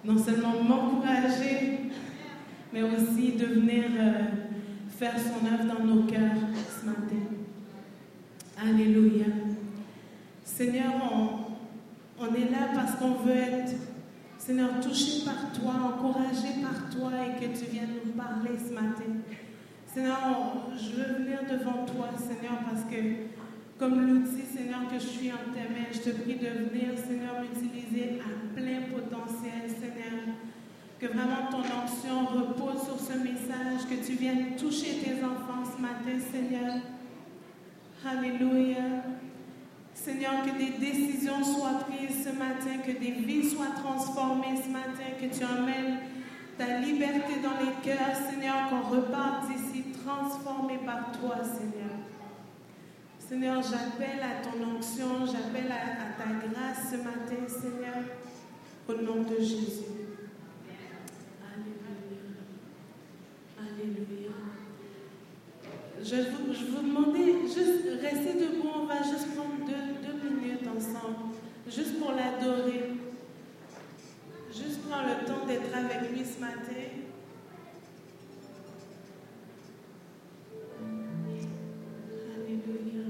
non seulement m'encourager, mais aussi de venir faire son œuvre dans nos cœurs ce matin. Alléluia. Seigneur, on est là parce qu'on veut être, Seigneur, touché par toi, encouragé par toi et que tu viennes nous parler ce matin. Seigneur, je veux venir devant toi, Seigneur, parce que comme l'outil, Seigneur, que je suis en tes mains, je te prie de venir, Seigneur, m'utiliser à plein potentiel, Seigneur. Que vraiment ton onction repose sur ce message, que tu viennes toucher tes enfants ce matin, Seigneur. Alléluia. Seigneur, que des décisions soient prises ce matin, que des vies soient transformées ce matin, que tu emmènes ta liberté dans les cœurs, Seigneur, qu'on reparte d'ici transformé par toi, Seigneur. Seigneur, j'appelle à ton onction, j'appelle à ta grâce ce matin, Seigneur, au nom de Jésus. Alléluia. Je vous demandais, juste restez debout, on va juste prendre deux minutes ensemble, juste pour l'adorer. Juste prendre le temps d'être avec lui ce matin. Alléluia.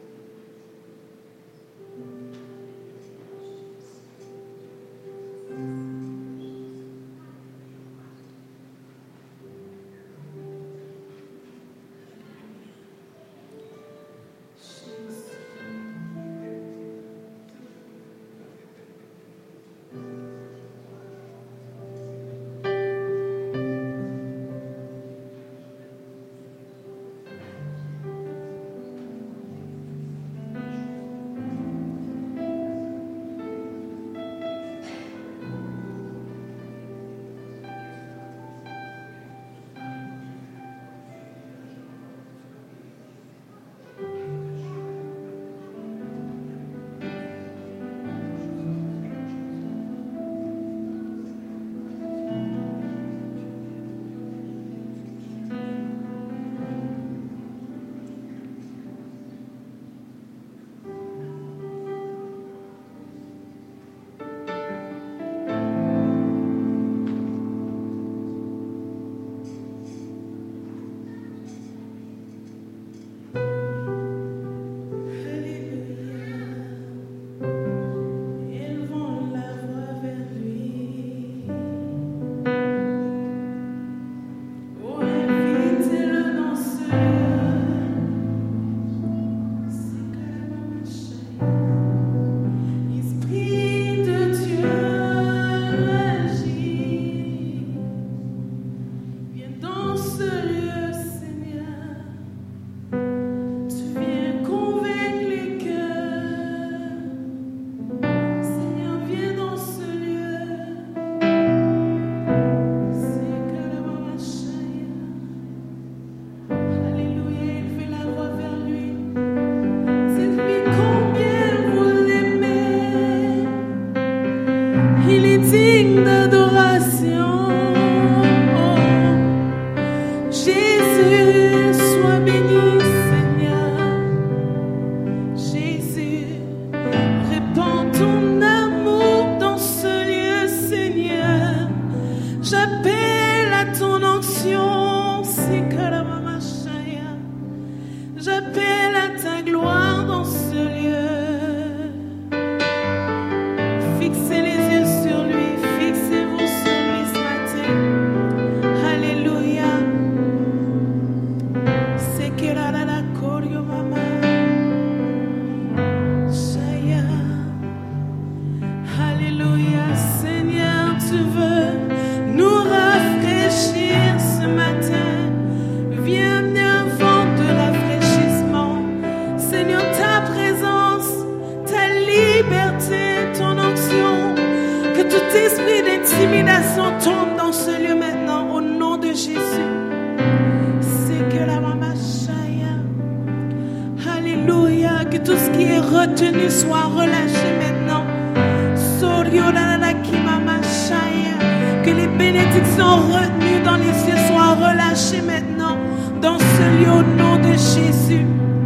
Que les bénédictions retenues dans les cieux soient relâchées maintenant dans ce lieu au nom de Jésus.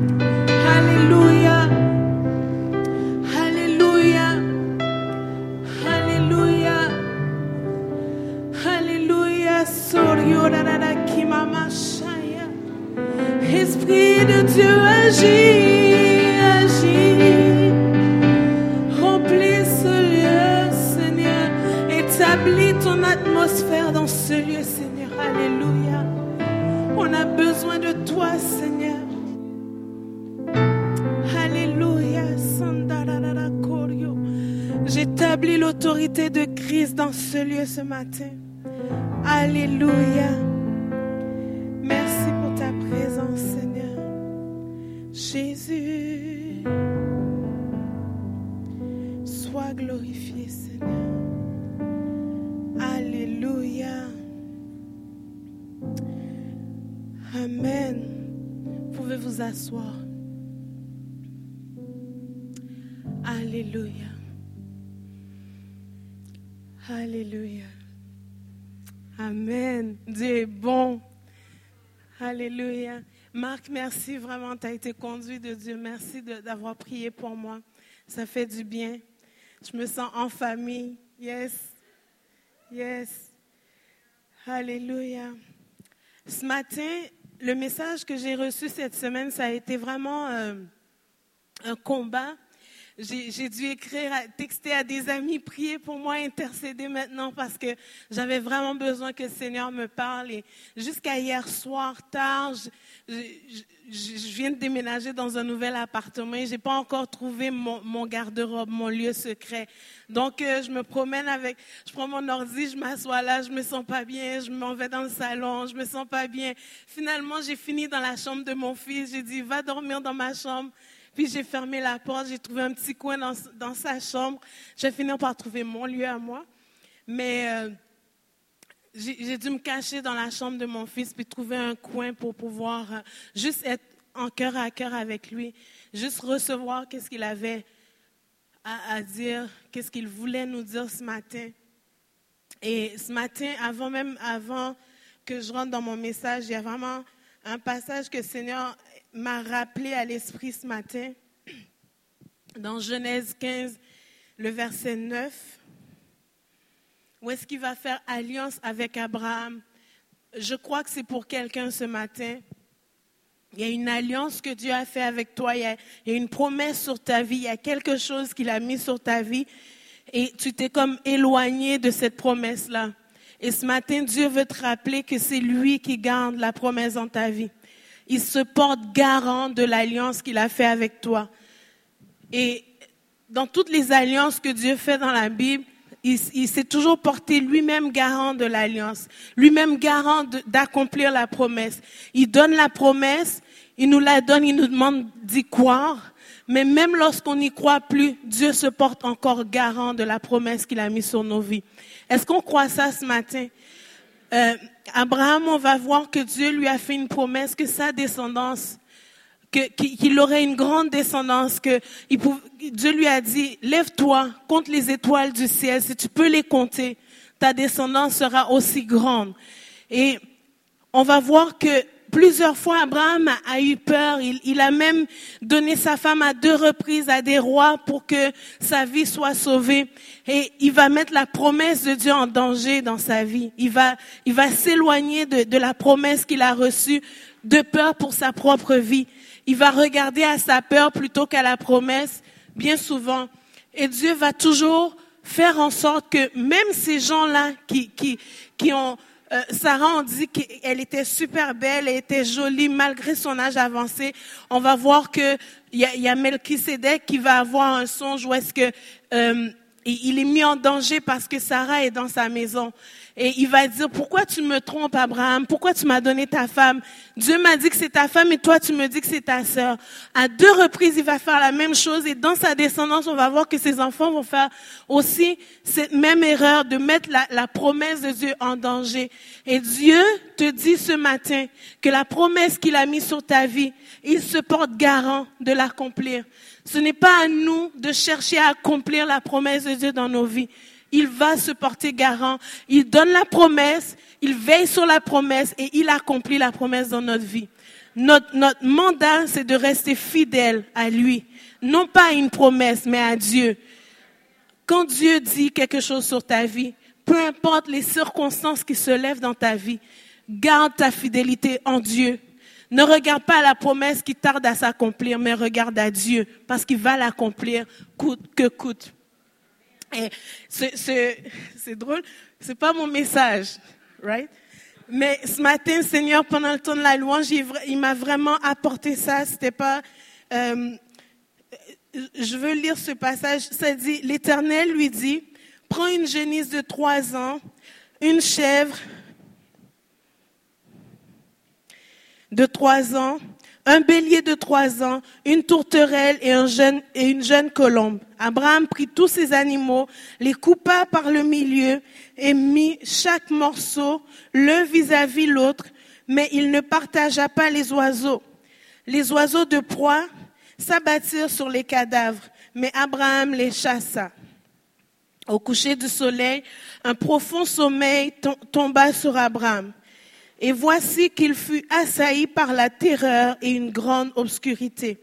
Alléluia. Alléluia. Alléluia. Esprit de Dieu, agis, agis. Remplis ce lieu, Seigneur. Établis ton atmosphère dans ce lieu, Seigneur. Alléluia. On a besoin de toi, Seigneur. Alléluia. J'établis l'autorité de Christ dans ce lieu ce matin. Alléluia. Merci pour ta présence, Seigneur. Jésus, sois glorifié, Seigneur. Alléluia. Amen. Vous pouvez vous asseoir. Alléluia. Alléluia. Amen. Dieu est bon. Alléluia. Marc, merci vraiment, tu as été conduit de Dieu. Merci d'avoir prié pour moi. Ça fait du bien. Je me sens en famille. Yes. Yes. Alléluia. Ce matin, le message que j'ai reçu cette semaine, ça a été vraiment un combat. J'ai dû écrire, texter à des amis, prier pour moi, intercéder maintenant parce que j'avais vraiment besoin que le Seigneur me parle. Et jusqu'à hier soir, tard, je viens de déménager dans un nouvel appartement et je n'ai pas encore trouvé mon garde-robe, mon lieu secret. Donc, je me promène je prends mon ordi, je m'assois là, je me sens pas bien, je m'en vais dans le salon, je me sens pas bien. Finalement, j'ai fini dans la chambre de mon fils, j'ai dit, va dormir dans ma chambre. Puis j'ai fermé la porte, j'ai trouvé un petit coin dans sa chambre. J'ai fini par trouver mon lieu à moi. Mais j'ai dû me cacher dans la chambre de mon fils puis trouver un coin pour pouvoir juste être en cœur à cœur avec lui. Juste recevoir qu'est-ce qu'il avait à dire, qu'est-ce qu'il voulait nous dire ce matin. Et ce matin, avant que je rentre dans mon message, il y a vraiment un passage que le Seigneur m'a rappelé à l'esprit ce matin, dans Genèse 15, le verset 9, où est-ce qu'il va faire alliance avec Abraham. Je crois que c'est pour quelqu'un ce matin. Il y a une alliance que Dieu a fait avec toi, il y a une promesse sur ta vie, il y a quelque chose qu'il a mis sur ta vie et tu t'es comme éloigné de cette promesse-là. Et ce matin, Dieu veut te rappeler que c'est lui qui garde la promesse dans ta vie. Il se porte garant de l'alliance qu'il a fait avec toi. Et dans toutes les alliances que Dieu fait dans la Bible, il s'est toujours porté lui-même garant de l'alliance, lui-même garant d'accomplir la promesse. Il donne la promesse, il nous la donne, il nous demande d'y croire. Mais même lorsqu'on n'y croit plus, Dieu se porte encore garant de la promesse qu'il a mise sur nos vies. Est-ce qu'on croit ça ce matin? Abraham, on va voir que Dieu lui a fait une promesse que sa descendance, qu'il aurait une grande descendance, Dieu lui a dit, lève-toi, compte les étoiles du ciel, si tu peux les compter, ta descendance sera aussi grande. Et on va voir que plusieurs fois, Abraham a eu peur. Il a même donné sa femme à 2 reprises à des rois pour que sa vie soit sauvée. Et il va mettre la promesse de Dieu en danger dans sa vie. Il va s'éloigner de la promesse qu'il a reçue de peur pour sa propre vie. Il va regarder à sa peur plutôt qu'à la promesse, bien souvent. Et Dieu va toujours faire en sorte que même ces gens-là qui ont... Sarah, on dit qu'elle était super belle, elle était jolie malgré son âge avancé. On va voir que il y a Melchisédek qui va avoir un songe où est-ce que il est mis en danger parce que Sarah est dans sa maison. Et il va dire, pourquoi tu me trompes, Abraham? Pourquoi tu m'as donné ta femme? Dieu m'a dit que c'est ta femme et toi, tu me dis que c'est ta sœur. À 2 reprises, il va faire la même chose et dans sa descendance, on va voir que ses enfants vont faire aussi cette même erreur de mettre la promesse de Dieu en danger. Et Dieu te dit ce matin que la promesse qu'il a mise sur ta vie, il se porte garant de l'accomplir. Ce n'est pas à nous de chercher à accomplir la promesse de Dieu dans nos vies. Il va se porter garant. Il donne la promesse, il veille sur la promesse et il accomplit la promesse dans notre vie. Notre mandat, c'est de rester fidèle à lui. Non pas à une promesse, mais à Dieu. Quand Dieu dit quelque chose sur ta vie, peu importe les circonstances qui se lèvent dans ta vie, Garde ta fidélité en Dieu. Ne regarde pas la promesse qui tarde à s'accomplir, mais regarde à Dieu, parce qu'il va l'accomplir coûte que coûte. Et c'est drôle, c'est pas mon message, right? Mais ce matin, le Seigneur, pendant le temps de la louange, il m'a vraiment apporté ça. C'était pas. Je veux lire ce passage. Ça dit, l'Éternel lui dit, prends une génisse de 3 ans, une chèvre de 3 ans, un bélier de 3 ans, une tourterelle et une jeune colombe. Abraham prit tous ces animaux, les coupa par le milieu et mit chaque morceau l'un vis-à-vis l'autre, mais il ne partagea pas les oiseaux. Les oiseaux de proie s'abattirent sur les cadavres, mais Abraham les chassa. Au coucher du soleil, un profond sommeil tomba sur Abraham. Et voici qu'il fut assailli par la terreur et une grande obscurité.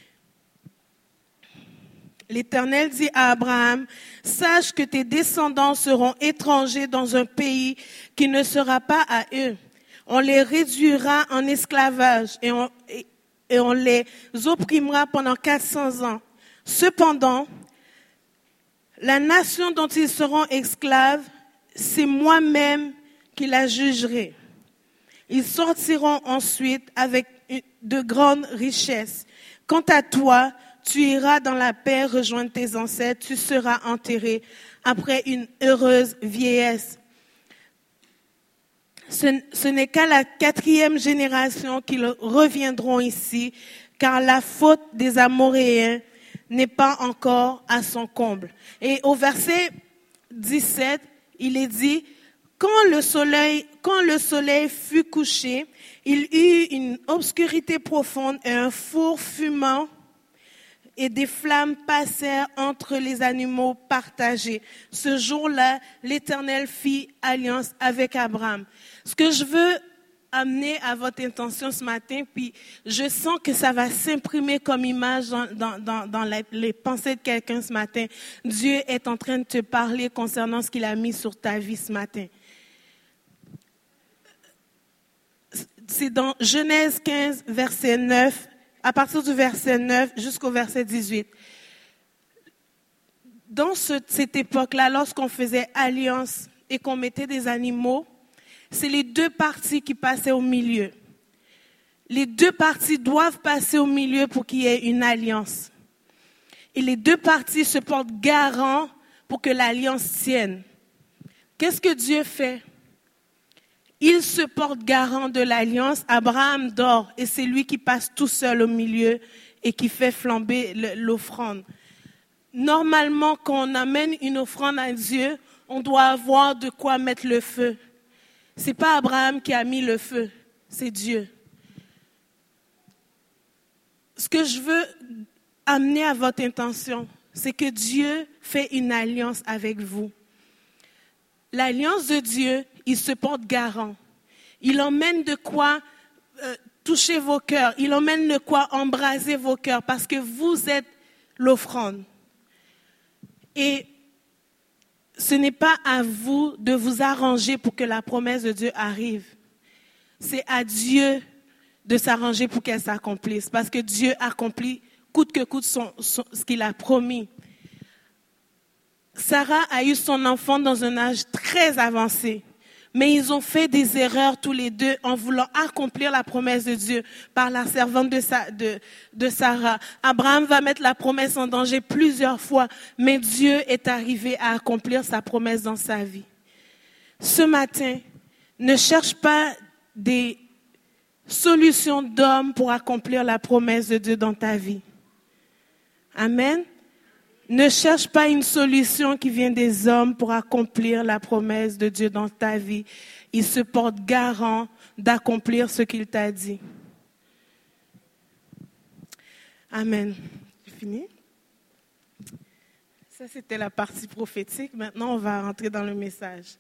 L'Éternel dit à Abraham, « Sache que tes descendants seront étrangers dans un pays qui ne sera pas à eux. On les réduira en esclavage et on les opprimera pendant 400 ans. Cependant, la nation dont ils seront esclaves, c'est moi-même qui la jugerai. Ils sortiront ensuite avec de grandes richesses. Quant à toi, tu iras dans la paix rejoindre tes ancêtres, tu seras enterré après une heureuse vieillesse. Ce n'est qu'à la 4e génération qu'ils reviendront ici, car la faute des Amoréens n'est pas encore à son comble. » Et au verset 17, il est dit, quand le soleil fut couché, il eut une obscurité profonde et un four fumant et des flammes passèrent entre les animaux partagés. Ce jour-là, l'Éternel fit alliance avec Abraham. Ce que je veux amener à votre intention ce matin, puis je sens que ça va s'imprimer comme image dans les pensées de quelqu'un ce matin. Dieu est en train de te parler concernant ce qu'il a mis sur ta vie ce matin. C'est dans Genèse 15, verset 9, à partir du verset 9 jusqu'au verset 18. Dans cette époque-là, lorsqu'on faisait alliance et qu'on mettait des animaux, c'est les deux parties qui passaient au milieu. Les deux parties doivent passer au milieu pour qu'il y ait une alliance. Et les deux parties se portent garant pour que l'alliance tienne. Qu'est-ce que Dieu fait? Il se porte garant de l'alliance. Abraham dort et c'est lui qui passe tout seul au milieu et qui fait flamber l'offrande. Normalement, quand on amène une offrande à Dieu, on doit avoir de quoi mettre le feu. C'est pas Abraham qui a mis le feu, c'est Dieu. Ce que je veux amener à votre intention, c'est que Dieu fait une alliance avec vous. L'alliance de Dieu, il se porte garant. Il emmène de quoi toucher vos cœurs. Il emmène de quoi embraser vos cœurs parce que vous êtes l'offrande. Et ce n'est pas à vous de vous arranger pour que la promesse de Dieu arrive. C'est à Dieu de s'arranger pour qu'elle s'accomplisse. Parce que Dieu accomplit coûte que coûte ce qu'il a promis. Sarah a eu son enfant dans un âge très avancé. Mais ils ont fait des erreurs tous les deux en voulant accomplir la promesse de Dieu par la servante de Sarah. Abraham va mettre la promesse en danger plusieurs fois, mais Dieu est arrivé à accomplir sa promesse dans sa vie. Ce matin, ne cherche pas des solutions d'hommes pour accomplir la promesse de Dieu dans ta vie. Amen. Ne cherche pas une solution qui vient des hommes pour accomplir la promesse de Dieu dans ta vie. Il se porte garant d'accomplir ce qu'il t'a dit. Amen. C'est fini? Ça, c'était la partie prophétique. Maintenant, on va rentrer dans le message.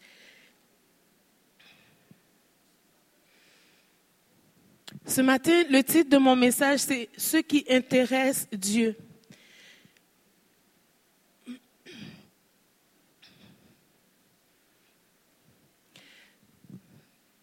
Ce matin, le titre de mon message, c'est « Ce qui intéresse Dieu ».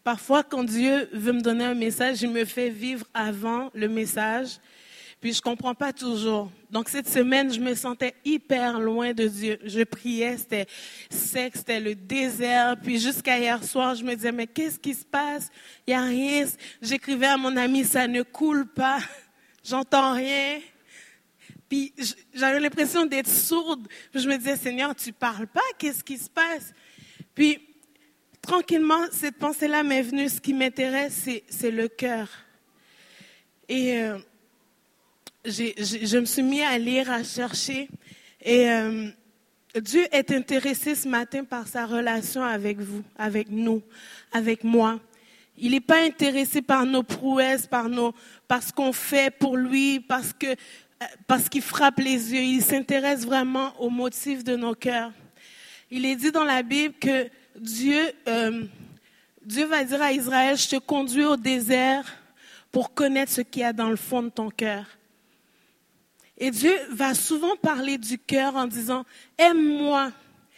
parfois, quand Dieu veut me donner un message, il me fait vivre avant le message. Puis je comprends pas toujours. Donc cette semaine, je me sentais hyper loin de Dieu. Je priais, c'était sec, c'était le désert. Puis jusqu'à hier soir, je me disais, mais qu'est-ce qui se passe? Il y a rien. J'écrivais à mon ami, ça ne coule pas. J'entends rien. Puis j'avais l'impression d'être sourde. Puis je me disais, Seigneur, tu parles pas? Qu'est-ce qui se passe? Puis tranquillement, cette pensée-là m'est venue. Ce qui m'intéresse, c'est le cœur. Et je me suis mis à lire, à chercher. Et Dieu est intéressé ce matin par sa relation avec vous, avec nous, avec moi. Il n'est pas intéressé par nos prouesses, par ce qu'on fait pour lui, parce qu'il frappe les yeux. Il s'intéresse vraiment aux motifs de nos cœurs. Il est dit dans la Bible que Dieu va dire à Israël, je te conduis au désert pour connaître ce qu'il y a dans le fond de ton cœur. Et Dieu va souvent parler du cœur en disant, aime-moi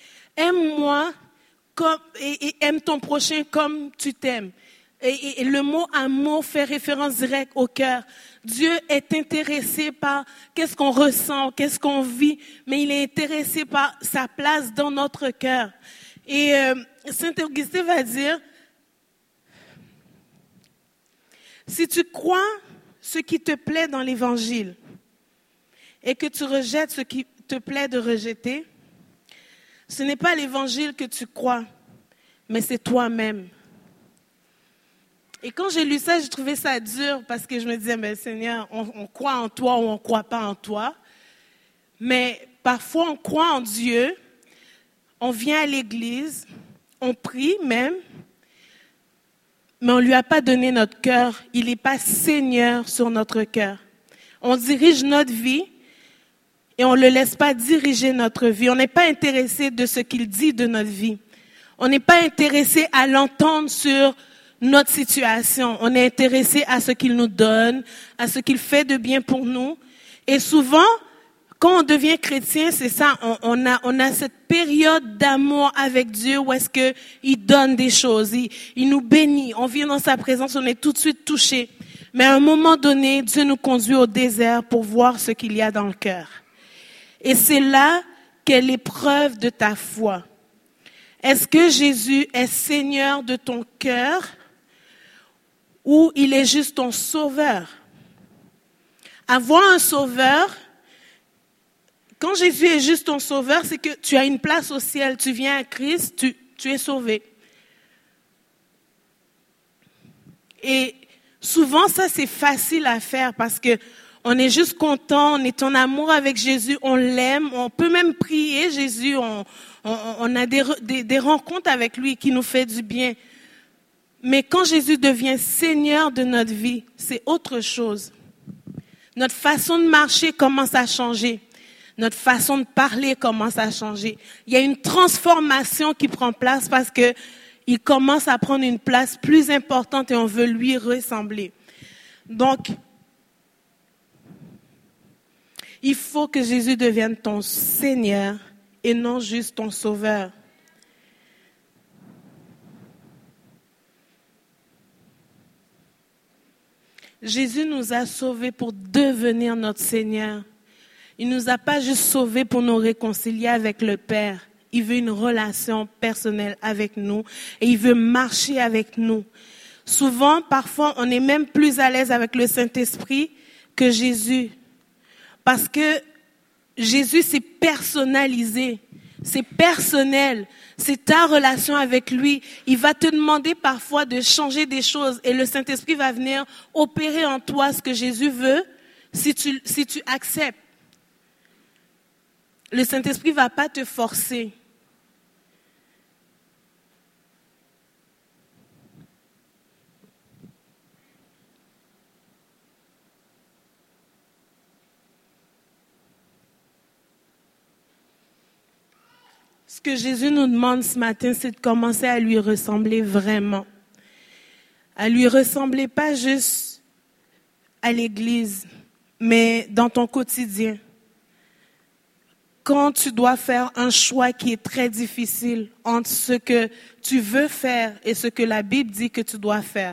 et aime ton prochain comme tu t'aimes. Et le mot amour fait référence directe au cœur. Dieu est intéressé par qu'est-ce qu'on ressent, qu'est-ce qu'on vit, mais il est intéressé par sa place dans notre cœur. Et Saint-Augustin va dire, si tu crois ce qui te plaît dans l'Évangile et que tu rejettes ce qui te plaît de rejeter, ce n'est pas l'Évangile que tu crois, mais c'est toi-même. Et quand j'ai lu ça, j'ai trouvé ça dur parce que je me disais, mais Seigneur, on croit en toi ou on ne croit pas en toi. Mais parfois, on croit en Dieu, on vient à l'église, on prie même, mais on ne lui a pas donné notre cœur. Il n'est pas Seigneur sur notre cœur. On dirige notre vie et on ne le laisse pas diriger notre vie. On n'est pas intéressé de ce qu'il dit de notre vie. On n'est pas intéressé à l'entendre sur notre situation. On est intéressé à ce qu'il nous donne, à ce qu'il fait de bien pour nous. Et souvent, quand on devient chrétien, c'est ça, on a cette période d'amour avec Dieu où est-ce que il donne des choses, il nous bénit, on vient dans sa présence, on est tout de suite touché. Mais à un moment donné, Dieu nous conduit au désert pour voir ce qu'il y a dans le cœur. Et c'est là qu'est l'épreuve de ta foi. Est-ce que Jésus est Seigneur de ton cœur ou il est juste ton sauveur? Avoir un sauveur, quand Jésus est juste ton sauveur, c'est que tu as une place au ciel, tu viens à Christ, tu es sauvé. Et souvent, ça, c'est facile à faire parce que on est juste content, on est en amour avec Jésus, on l'aime, on peut même prier Jésus, on a des rencontres avec lui qui nous fait du bien. Mais quand Jésus devient Seigneur de notre vie, c'est autre chose. Notre façon de marcher commence à changer. Notre façon de parler commence à changer. Il y a une transformation qui prend place parce que il commence à prendre une place plus importante et on veut lui ressembler. Donc, il faut que Jésus devienne ton Seigneur et non juste ton Sauveur. Jésus nous a sauvés pour devenir notre Seigneur. Il ne nous a pas juste sauvés pour nous réconcilier avec le Père. Il veut une relation personnelle avec nous et il veut marcher avec nous. Souvent, parfois, on est même plus à l'aise avec le Saint-Esprit que Jésus. Parce que Jésus, c'est personnalisé, c'est personnel, c'est ta relation avec lui. Il va te demander parfois de changer des choses et le Saint-Esprit va venir opérer en toi ce que Jésus veut si tu acceptes. Le Saint-Esprit ne va pas te forcer. Ce que Jésus nous demande ce matin, c'est de commencer à lui ressembler vraiment. À lui ressembler pas juste à l'église, mais dans ton quotidien. quand tu dois faire un choix qui est très difficile entre ce que tu veux faire et ce que la Bible dit que tu dois faire.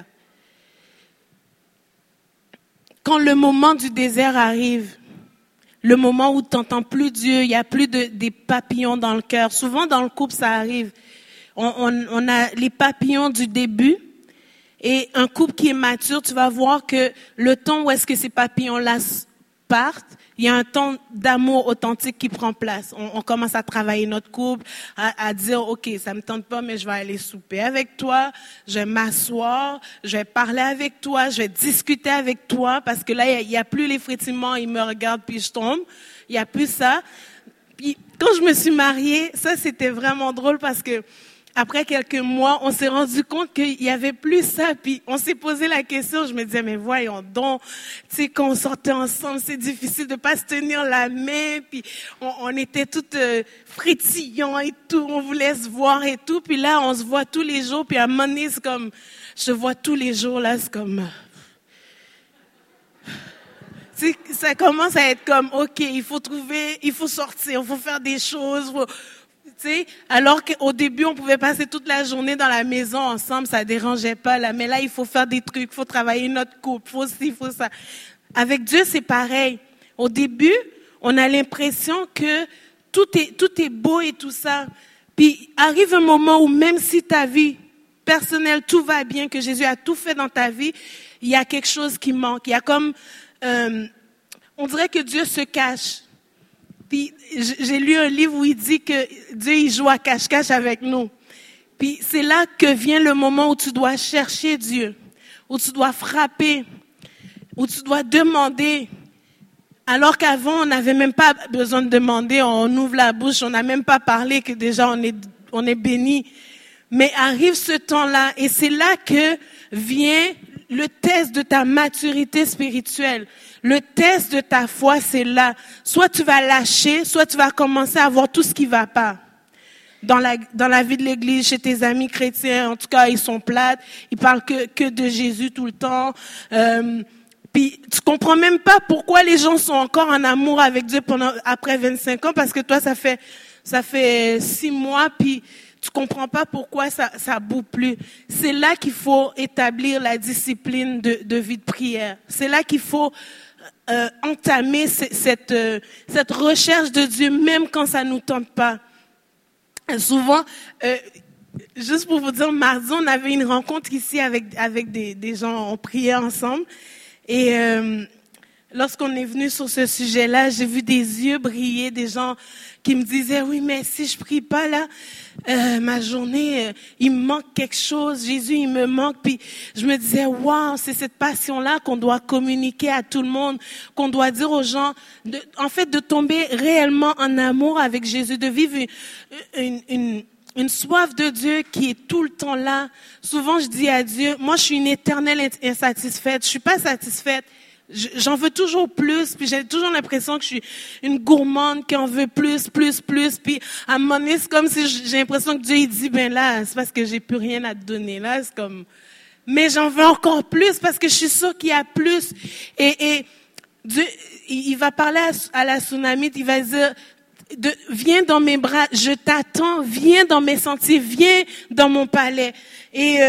Quand le moment du désert arrive, le moment où tu n'entends plus Dieu, il n'y a plus des papillons dans le cœur. Souvent dans le couple, ça arrive. On a les papillons du début. Et un couple qui est mature, tu vas voir que le temps où est-ce que ces papillons-là partent, il y a un temps d'amour authentique qui prend place. On commence à travailler notre couple, à dire, OK, ça me tente pas, mais je vais aller souper avec toi, je vais m'asseoir, je vais parler avec toi, je vais discuter avec toi, parce que là, il y a plus les frétillements, il me regarde puis je tombe. Il y a plus ça. Puis, quand je me suis mariée, ça, c'était vraiment drôle parce que après quelques mois, on s'est rendu compte qu'il y avait plus ça. Puis on s'est posé la question. Je me disais, mais voyons donc, tu sais, quand on sortait ensemble, c'est difficile de pas se tenir la main. Puis on était toutes frétillants et tout. On voulait se voir et tout. Puis là, on se voit tous les jours. Puis à un moment donné, c'est comme, je te vois tous les jours là, c'est comme, tu sais, ça commence à être comme, OK, il faut sortir, il faut faire des choses. Tu sais, alors qu'au début, on pouvait passer toute la journée dans la maison ensemble, ça dérangeait pas, là. Mais là, il faut faire des trucs, il faut travailler notre couple, faut ci, il faut ça. Avec Dieu, c'est pareil. Au début, on a l'impression que tout est beau et tout ça. Puis, arrive un moment où même si ta vie personnelle, tout va bien, que Jésus a tout fait dans ta vie, il y a quelque chose qui manque. Il y a comme, on dirait que Dieu se cache. Puis j'ai lu un livre où il dit que Dieu, il joue à cache-cache avec nous. Puis c'est là que vient le moment où tu dois chercher Dieu, où tu dois frapper, où tu dois demander. Alors qu'avant, on n'avait même pas besoin de demander, on ouvre la bouche, on n'a même pas parlé que déjà on est béni. Mais arrive ce temps-là et c'est là que vient le test de ta maturité spirituelle. Le test de ta foi, c'est là. Soit tu vas lâcher, soit tu vas commencer à voir tout ce qui va pas. Dans la vie de l'église, chez tes amis chrétiens, en tout cas, ils sont plates. Ils parlent que de Jésus tout le temps. Puis tu comprends même pas pourquoi les gens sont encore en amour avec Dieu après 25 ans, parce que toi, ça fait 6 mois, puis tu comprends pas pourquoi ça bout plus. C'est là qu'il faut établir la discipline de vie de prière. C'est là qu'il faut entamer cette recherche de Dieu, même quand ça nous tente pas. Souvent, juste pour vous dire, mardi, on avait une rencontre ici avec des gens, on priait ensemble. Et lorsqu'on est venu sur ce sujet-là, j'ai vu des yeux briller, des gens qui me disaient, oui, mais si je prie pas là, ma journée, il me manque quelque chose, Jésus, il me manque. Puis je me disais, waouh, c'est cette passion-là qu'on doit communiquer à tout le monde, qu'on doit dire aux gens, de tomber réellement en amour avec Jésus, de vivre une soif de Dieu qui est tout le temps là. Souvent, je dis à Dieu, moi, je suis une éternelle insatisfaite. Je suis pas satisfaite. J'en veux toujours plus, puis j'ai toujours l'impression que je suis une gourmande qui en veut plus. Puis à un moment donné, c'est comme si j'ai l'impression que Dieu, il dit, ben là, c'est parce que j'ai plus rien à te donner. Là, c'est comme, mais j'en veux encore plus parce que je suis sûre qu'il y a plus. Et Dieu, il va parler à la Sunamite, il va dire, viens dans mes bras, je t'attends, viens dans mes sentiers, viens dans mon palais. Et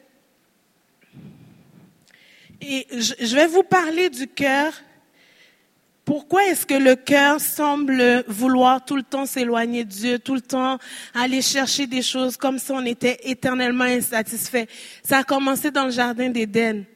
je vais vous parler du cœur. Pourquoi est-ce que le cœur semble vouloir tout le temps s'éloigner de Dieu, tout le temps aller chercher des choses comme si on était éternellement insatisfait? Ça a commencé dans le jardin d'Éden.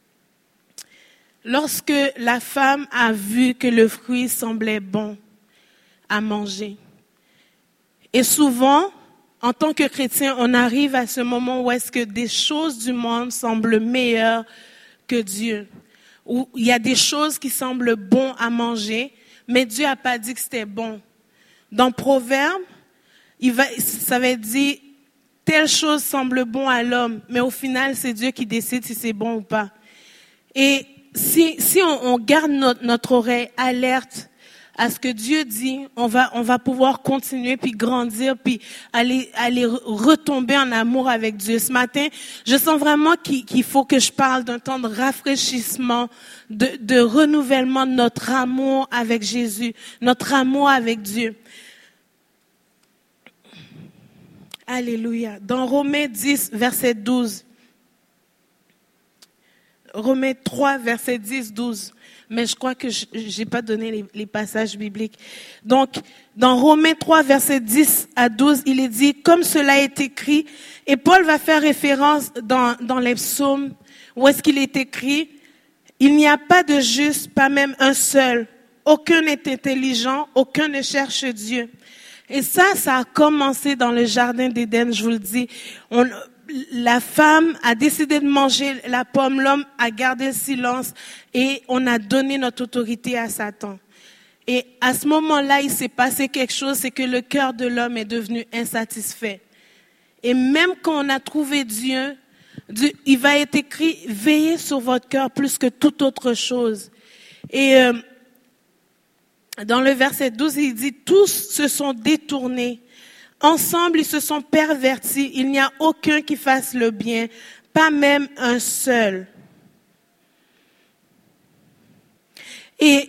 Lorsque la femme a vu que le fruit semblait bon à manger. Et souvent, en tant que chrétien, on arrive à ce moment où est-ce que des choses du monde semblent meilleures que Dieu. Où il y a des choses qui semblent bonnes à manger, mais Dieu n'a pas dit que c'était bon. Dans Proverbe, ça va dire, telle chose semble bon à l'homme, mais au final, c'est Dieu qui décide si c'est bon ou pas. Et si on garde notre oreille alerte à ce que Dieu dit, on va pouvoir continuer puis grandir puis aller retomber en amour avec Dieu. Ce matin, je sens vraiment qu'il faut que je parle d'un temps de rafraîchissement, de renouvellement de notre amour avec Jésus, notre amour avec Dieu. Alléluia. Dans Romains 10, verset 12. Romains 3, verset 10, 12. Mais je crois que je n'ai pas donné les passages bibliques. Donc, dans Romains 3, verset 10 à 12, il est dit, comme cela est écrit, et Paul va faire référence dans les psaumes, où est-ce qu'il est écrit, il n'y a pas de juste, pas même un seul. Aucun n'est intelligent, aucun ne cherche Dieu. Et ça a commencé dans le jardin d'Éden, je vous le dis. La femme a décidé de manger la pomme, l'homme a gardé le silence et on a donné notre autorité à Satan. Et à ce moment-là, il s'est passé quelque chose, c'est que le cœur de l'homme est devenu insatisfait. Et même quand on a trouvé Dieu, il va être écrit, veillez sur votre cœur plus que toute autre chose. Et dans le verset 12, il dit, tous se sont détournés. Ensemble, ils se sont pervertis. Il n'y a aucun qui fasse le bien, pas même un seul. Et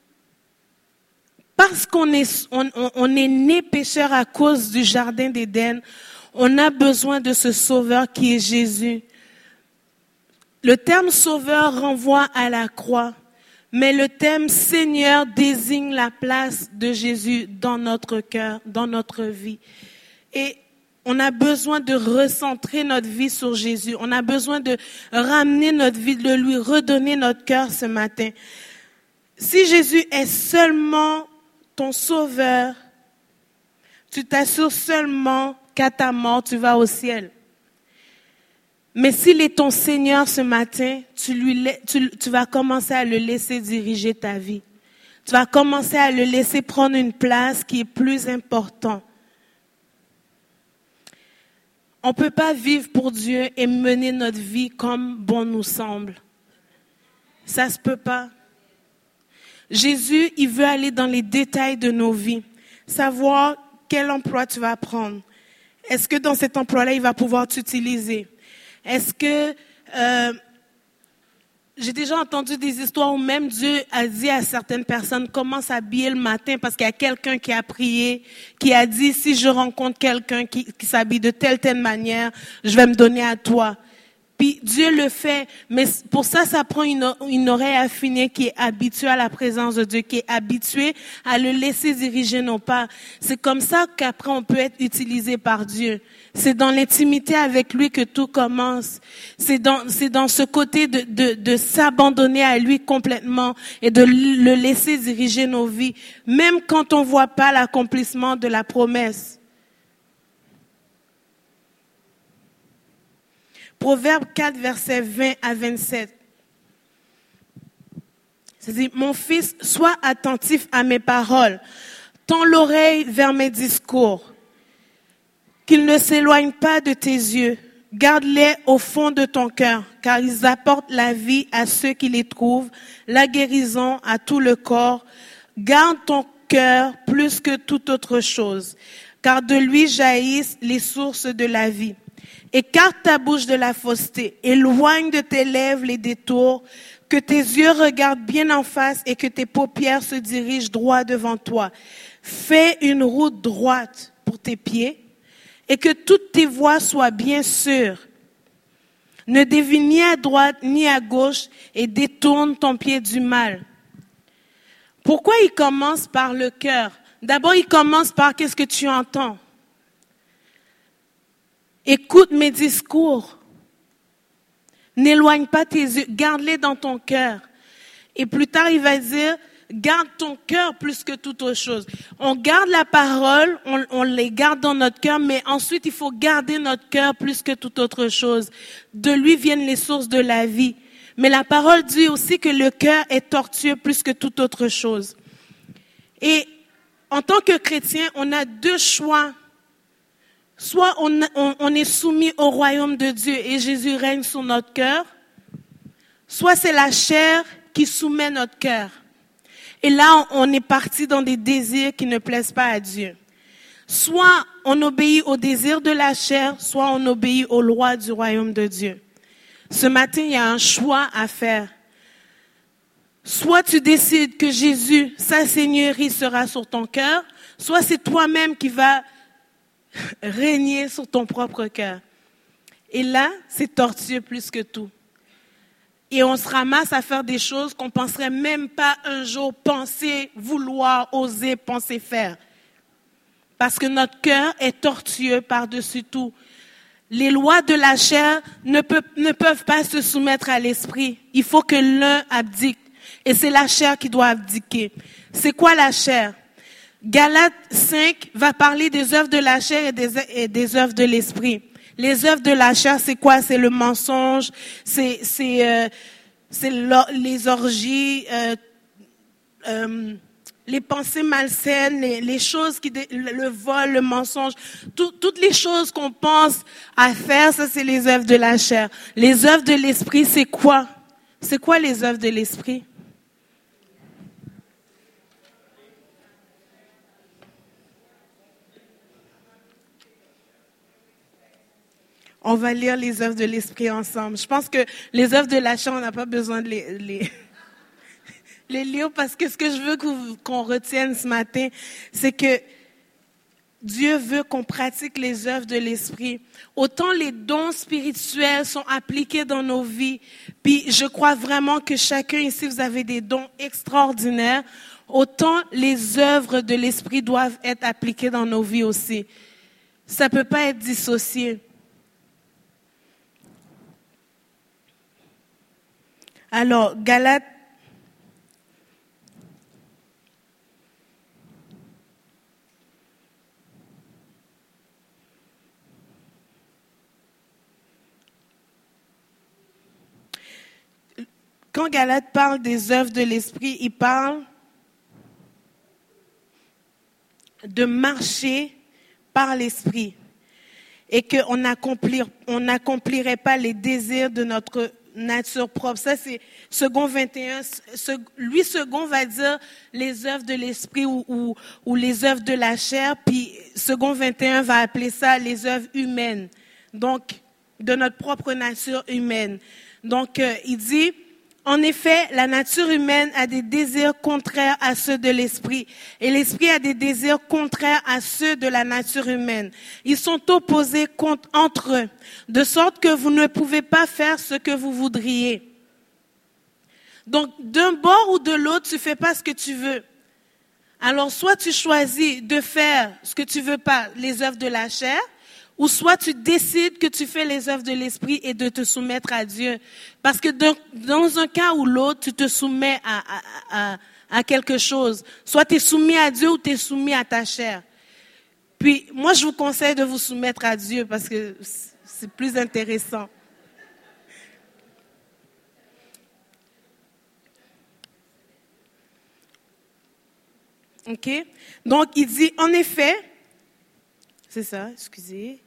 parce qu'on est né pécheur à cause du jardin d'Éden, on a besoin de ce sauveur qui est Jésus. Le terme sauveur renvoie à la croix. Mais le thème Seigneur désigne la place de Jésus dans notre cœur, dans notre vie. Et on a besoin de recentrer notre vie sur Jésus. On a besoin de ramener notre vie, de lui redonner notre cœur ce matin. Si Jésus est seulement ton sauveur, tu t'assures seulement qu'à ta mort, tu vas au ciel. Mais s'il est ton Seigneur ce matin, tu vas commencer à le laisser diriger ta vie. Tu vas commencer à le laisser prendre une place qui est plus importante. On ne peut pas vivre pour Dieu et mener notre vie comme bon nous semble. Ça ne se peut pas. Jésus, il veut aller dans les détails de nos vies. Savoir quel emploi tu vas prendre. Est-ce que dans cet emploi-là, il va pouvoir t'utiliser? Est-ce que j'ai déjà entendu des histoires où même Dieu a dit à certaines personnes comment s'habiller le matin parce qu'il y a quelqu'un qui a prié, qui a dit si je rencontre quelqu'un qui s'habille de telle manière, je vais me donner à toi. Puis Dieu le fait, mais pour ça prend une oreille affinée qui est habituée à la présence de Dieu, qui est habituée à le laisser diriger nos pas. C'est comme ça qu'après on peut être utilisé par Dieu. C'est dans l'intimité avec lui que tout commence. C'est dans ce côté de s'abandonner à lui complètement et de le laisser diriger nos vies, même quand on voit pas l'accomplissement de la promesse. Proverbe 4, versets 20 à 27. C'est-à-dire, mon fils, sois attentif à mes paroles. Tends l'oreille vers mes discours. Qu'ils ne s'éloignent pas de tes yeux. Garde-les au fond de ton cœur, car ils apportent la vie à ceux qui les trouvent, la guérison à tout le corps. Garde ton cœur plus que toute autre chose, car de lui jaillissent les sources de la vie. Écarte ta bouche de la fausseté, éloigne de tes lèvres les détours, que tes yeux regardent bien en face et que tes paupières se dirigent droit devant toi. Fais une route droite pour tes pieds et que toutes tes voies soient bien sûres. Ne dévie ni à droite ni à gauche et détourne ton pied du mal. Pourquoi il commence par le cœur? D'abord, il commence par qu'est-ce que tu entends? Écoute mes discours. N'éloigne pas tes yeux. Garde-les dans ton cœur. Et plus tard, il va dire, garde ton cœur plus que toute autre chose. On garde la parole, on les garde dans notre cœur, mais ensuite, il faut garder notre cœur plus que toute autre chose. De lui viennent les sources de la vie. Mais la parole dit aussi que le cœur est tortueux plus que toute autre chose. Et en tant que chrétien, on a deux choix. Soit on est soumis au royaume de Dieu et Jésus règne sur notre cœur, soit c'est la chair qui soumet notre cœur. Et là, on est parti dans des désirs qui ne plaisent pas à Dieu. Soit on obéit aux désirs de la chair, soit on obéit aux lois du royaume de Dieu. Ce matin, il y a un choix à faire. Soit tu décides que Jésus, sa seigneurie sera sur ton cœur, soit c'est toi-même qui vas régner sur ton propre cœur. Et là, c'est tortueux plus que tout. Et on se ramasse à faire des choses qu'on ne penserait même pas un jour penser, vouloir, oser, penser faire. Parce que notre cœur est tortueux par-dessus tout. Les lois de la chair ne peuvent pas se soumettre à l'esprit. Il faut que l'un abdique. Et c'est la chair qui doit abdiquer. C'est quoi la chair? Galates 5 va parler des œuvres de la chair et des œuvres de l'esprit. Les œuvres de la chair, c'est quoi? C'est le mensonge, c'est les orgies, les pensées malsaines, les choses le vol, le mensonge, toutes les choses qu'on pense à faire, ça c'est les œuvres de la chair. Les œuvres de l'esprit, c'est quoi? C'est quoi les œuvres de l'esprit? On va lire les œuvres de l'esprit ensemble. Je pense que les œuvres de la chair, on n'a pas besoin de les lire parce que ce que je veux qu'on retienne ce matin, c'est que Dieu veut qu'on pratique les œuvres de l'esprit. Autant les dons spirituels sont appliqués dans nos vies, puis je crois vraiment que chacun ici, vous avez des dons extraordinaires, autant les œuvres de l'esprit doivent être appliquées dans nos vies aussi. Ça ne peut pas être dissocié. Alors, Galates, quand Galates parle des œuvres de l'esprit, il parle de marcher par l'esprit et qu'on n'accomplirait pas les désirs de notre nature propre. Ça, c'est Second 21. Lui, Second va dire les œuvres de l'esprit ou les œuvres de la chair, puis Second 21 va appeler ça les œuvres humaines, donc de notre propre nature humaine. Donc, il dit, en effet, la nature humaine a des désirs contraires à ceux de l'esprit, et l'esprit a des désirs contraires à ceux de la nature humaine. Ils sont opposés entre eux, de sorte que vous ne pouvez pas faire ce que vous voudriez. Donc, d'un bord ou de l'autre, tu ne fais pas ce que tu veux. Alors, soit tu choisis de faire ce que tu veux pas, les œuvres de la chair, ou soit tu décides que tu fais les œuvres de l'esprit et de te soumettre à Dieu. Parce que dans un cas ou l'autre, tu te soumets à quelque chose. Soit tu es soumis à Dieu ou tu es soumis à ta chair. Puis moi, je vous conseille de vous soumettre à Dieu parce que c'est plus intéressant. OK? Donc, il dit, en effet, c'est ça, excusez.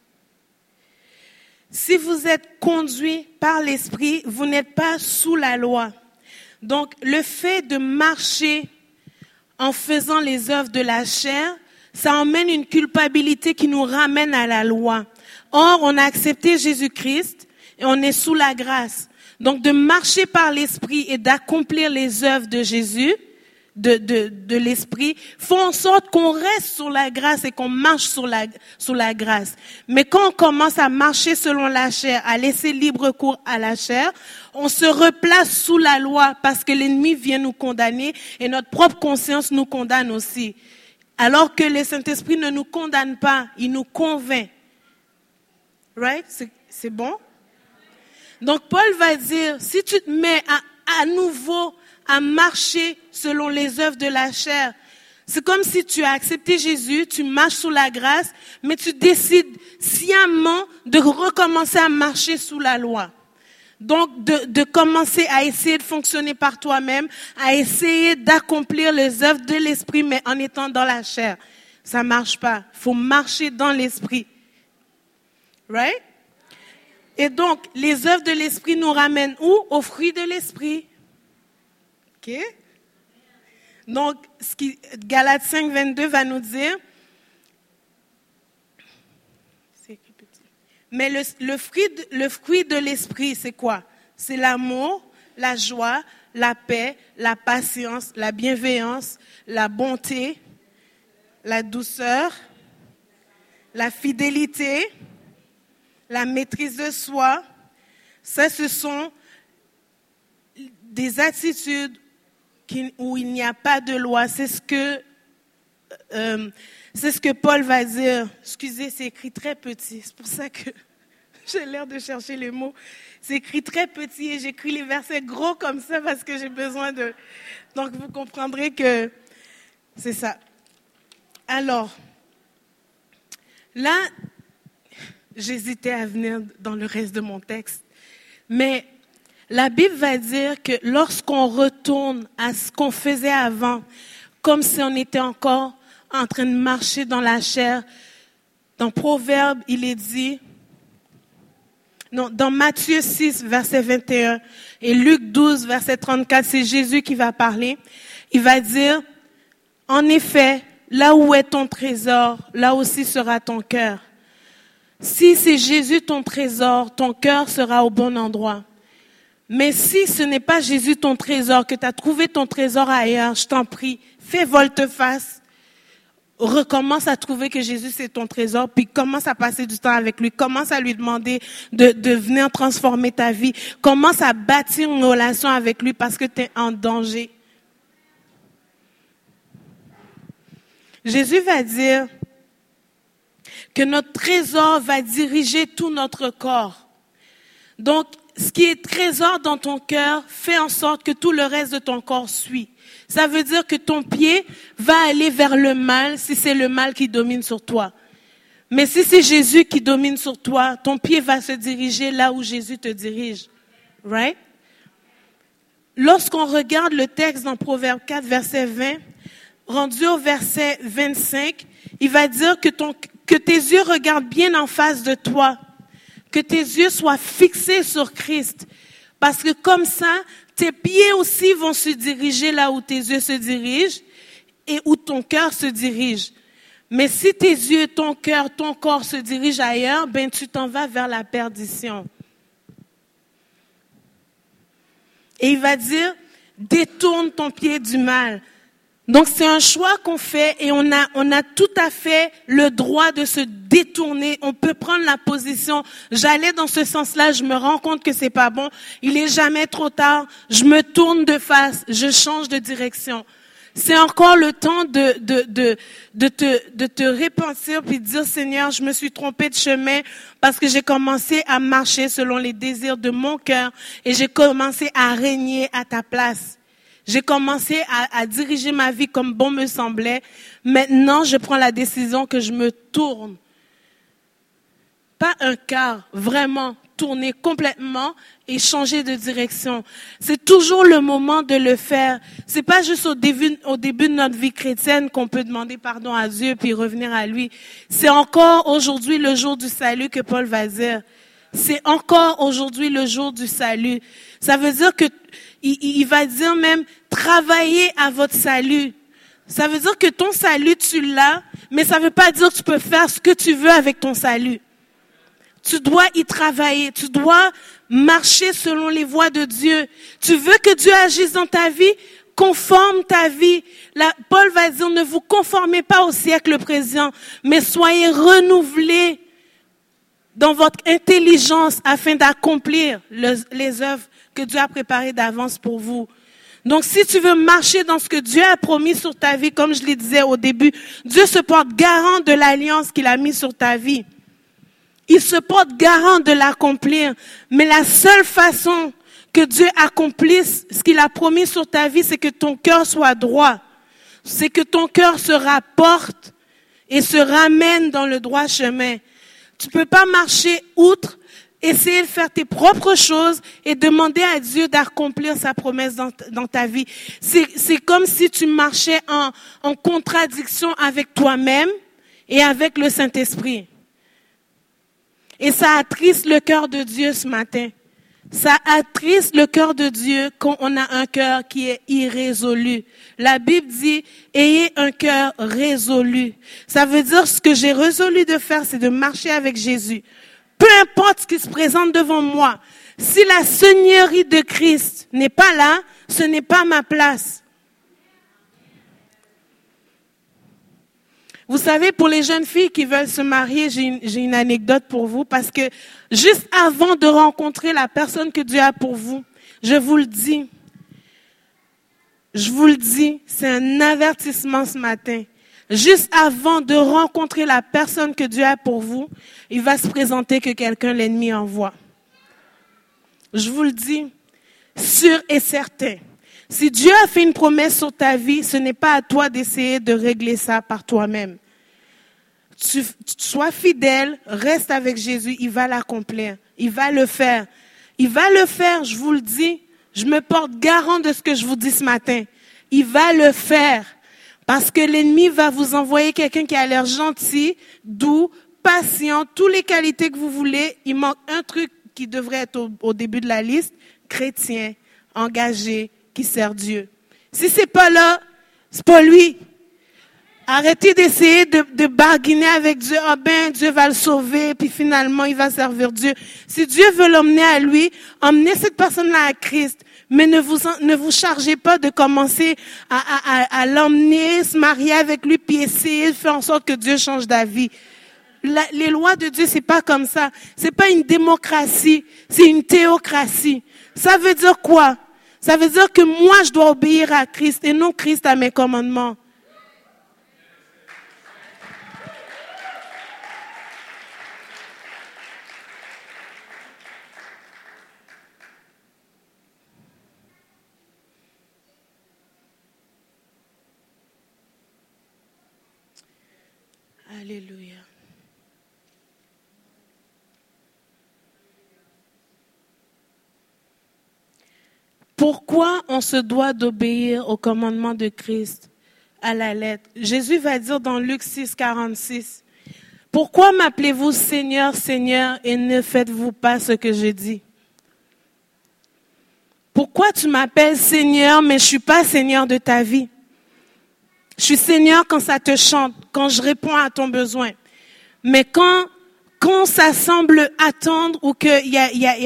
Si vous êtes conduit par l'esprit, vous n'êtes pas sous la loi. Donc, le fait de marcher en faisant les œuvres de la chair, ça emmène une culpabilité qui nous ramène à la loi. Or, on a accepté Jésus-Christ et on est sous la grâce. Donc, de marcher par l'esprit et d'accomplir les œuvres de Jésus, de l'esprit, font en sorte qu'on reste sur la grâce et qu'on marche sur la grâce. Mais quand on commence à marcher selon la chair, à laisser libre cours à la chair, on se replace sous la loi parce que l'ennemi vient nous condamner et notre propre conscience nous condamne aussi. Alors que le Saint-Esprit ne nous condamne pas, il nous convainc. Right? C'est bon? Donc Paul va dire, si tu te mets à nouveau à marcher selon les œuvres de la chair, c'est comme si tu as accepté Jésus, tu marches sous la grâce, mais tu décides sciemment de recommencer à marcher sous la loi. Donc, de commencer à essayer de fonctionner par toi-même, à essayer d'accomplir les œuvres de l'esprit, mais en étant dans la chair. Ça marche pas. Il faut marcher dans l'esprit. Right? Et donc, les œuvres de l'esprit nous ramènent où? Aux fruits de l'esprit. OK? Donc, Galates 5, 22 va nous dire, c'est écrit petit. Mais le fruit de l'esprit, c'est quoi? C'est l'amour, la joie, la paix, la patience, la bienveillance, la bonté, la douceur, la fidélité, la maîtrise de soi. Ça, ce sont des attitudes où il n'y a pas de loi. C'est ce que Paul va dire. Excusez, c'est écrit très petit. C'est pour ça que j'ai l'air de chercher les mots. C'est écrit très petit et j'écris les versets gros comme ça parce que j'ai besoin de... Donc, vous comprendrez que c'est ça. Alors, là, j'hésitais à venir dans le reste de mon texte. Mais la Bible va dire que lorsqu'on retourne à ce qu'on faisait avant, comme si on était encore en train de marcher dans la chair, dans Proverbe, il est dit... Non, dans Matthieu 6, verset 21 et Luc 12, verset 34, c'est Jésus qui va parler. Il va dire, en effet, là où est ton trésor, là aussi sera ton cœur. Si c'est Jésus ton trésor, ton cœur sera au bon endroit. Mais si ce n'est pas Jésus ton trésor, que tu as trouvé ton trésor ailleurs, je t'en prie, fais volte-face. Recommence à trouver que Jésus c'est ton trésor, puis commence à passer du temps avec lui, commence à lui demander de venir transformer ta vie, commence à bâtir une relation avec lui parce que tu es en danger. Jésus va dire que notre trésor va diriger tout notre corps. Donc, ce qui est trésor dans ton cœur fait en sorte que tout le reste de ton corps suit. Ça veut dire que ton pied va aller vers le mal si c'est le mal qui domine sur toi. Mais si c'est Jésus qui domine sur toi, ton pied va se diriger là où Jésus te dirige. Right? Lorsqu'on regarde le texte dans Proverbe 4, verset 20, rendu au verset 25, il va dire que tes yeux regardent bien en face de toi, que tes yeux soient fixés sur Christ. Parce que comme ça, tes pieds aussi vont se diriger là où tes yeux se dirigent et où ton cœur se dirige. Mais si tes yeux, ton cœur, ton corps se dirigent ailleurs, ben tu t'en vas vers la perdition. Et il va dire, détourne ton pied du mal. Donc c'est un choix qu'on fait et on a tout à fait le droit de se détourner. On peut prendre la position. J'allais dans ce sens-là, je me rends compte que c'est pas bon. Il est jamais trop tard. Je me tourne de face, je change de direction. C'est encore le temps de te repentir puis de dire Seigneur, je me suis trompé de chemin parce que j'ai commencé à marcher selon les désirs de mon cœur et j'ai commencé à régner à ta place. J'ai commencé à diriger ma vie comme bon me semblait. Maintenant, je prends la décision que je me tourne. Pas un quart, vraiment tourner complètement et changer de direction. C'est toujours le moment de le faire. C'est pas juste au début de notre vie chrétienne qu'on peut demander pardon à Dieu puis revenir à lui. C'est encore aujourd'hui le jour du salut que Paul va dire. C'est encore aujourd'hui le jour du salut. Ça veut dire que il va dire même travailler à votre salut. Ça veut dire que ton salut tu l'as, mais ça veut pas dire que tu peux faire ce que tu veux avec ton salut. Tu dois y travailler, tu dois marcher selon les voies de Dieu. Tu veux que Dieu agisse dans ta vie, conforme ta vie. Là, Paul va dire ne vous conformez pas au siècle présent, mais soyez renouvelés dans votre intelligence afin d'accomplir les œuvres que Dieu a préparées d'avance pour vous. Donc, si tu veux marcher dans ce que Dieu a promis sur ta vie, comme je le disais au début, Dieu se porte garant de l'alliance qu'il a mise sur ta vie. Il se porte garant de l'accomplir. Mais la seule façon que Dieu accomplisse ce qu'il a promis sur ta vie, c'est que ton cœur soit droit. C'est que ton cœur se rapporte et se ramène dans le droit chemin. Tu peux pas marcher outre, essayer de faire tes propres choses et demander à Dieu d'accomplir sa promesse dans ta vie. C'est comme si tu marchais en contradiction avec toi-même et avec le Saint-Esprit. Et ça attriste le cœur de Dieu ce matin. Ça attriste le cœur de Dieu quand on a un cœur qui est irrésolu. La Bible dit, ayez un cœur résolu. Ça veut dire ce que j'ai résolu de faire, c'est de marcher avec Jésus. Peu importe ce qui se présente devant moi. Si la seigneurie de Christ n'est pas là, ce n'est pas ma place. Vous savez, pour les jeunes filles qui veulent se marier, j'ai une anecdote pour vous, parce que juste avant de rencontrer la personne que Dieu a pour vous, je vous le dis, c'est un avertissement ce matin. Juste avant de rencontrer la personne que Dieu a pour vous, il va se présenter que quelqu'un l'ennemi envoie. Je vous le dis, sûr et certain. Si Dieu a fait une promesse sur ta vie, ce n'est pas à toi d'essayer de régler ça par toi-même. Sois fidèle, reste avec Jésus, il va l'accomplir. Il va le faire. Il va le faire, je vous le dis. Je me porte garant de ce que je vous dis ce matin. Il va le faire. Parce que l'ennemi va vous envoyer quelqu'un qui a l'air gentil, doux, patient, toutes les qualités que vous voulez. Il manque un truc qui devrait être au début de la liste, chrétien, engagé, qui sert Dieu. Si c'est pas là, c'est pas lui. Arrêtez d'essayer de barguiner avec Dieu. Ah ben, Dieu va le sauver, puis finalement, il va servir Dieu. Si Dieu veut l'emmener à lui, emmenez cette personne-là à Christ. Mais ne vous chargez pas de commencer à l'emmener, se marier avec lui, puis essayer de faire en sorte que Dieu change d'avis. Les lois de Dieu, c'est pas comme ça. C'est pas une démocratie, c'est une théocratie. Ça veut dire quoi? Ça veut dire que moi, je dois obéir à Christ et non Christ à mes commandements. Alléluia. Pourquoi on se doit d'obéir au commandement de Christ à la lettre? Jésus va dire dans Luc 6, 46, « Pourquoi m'appelez-vous Seigneur, Seigneur, et ne faites-vous pas ce que je dis? » Pourquoi tu m'appelles Seigneur, mais je ne suis pas Seigneur de ta vie? Je suis Seigneur quand ça te chante, quand je réponds à ton besoin. Mais quand ça semble attendre ou qu'il y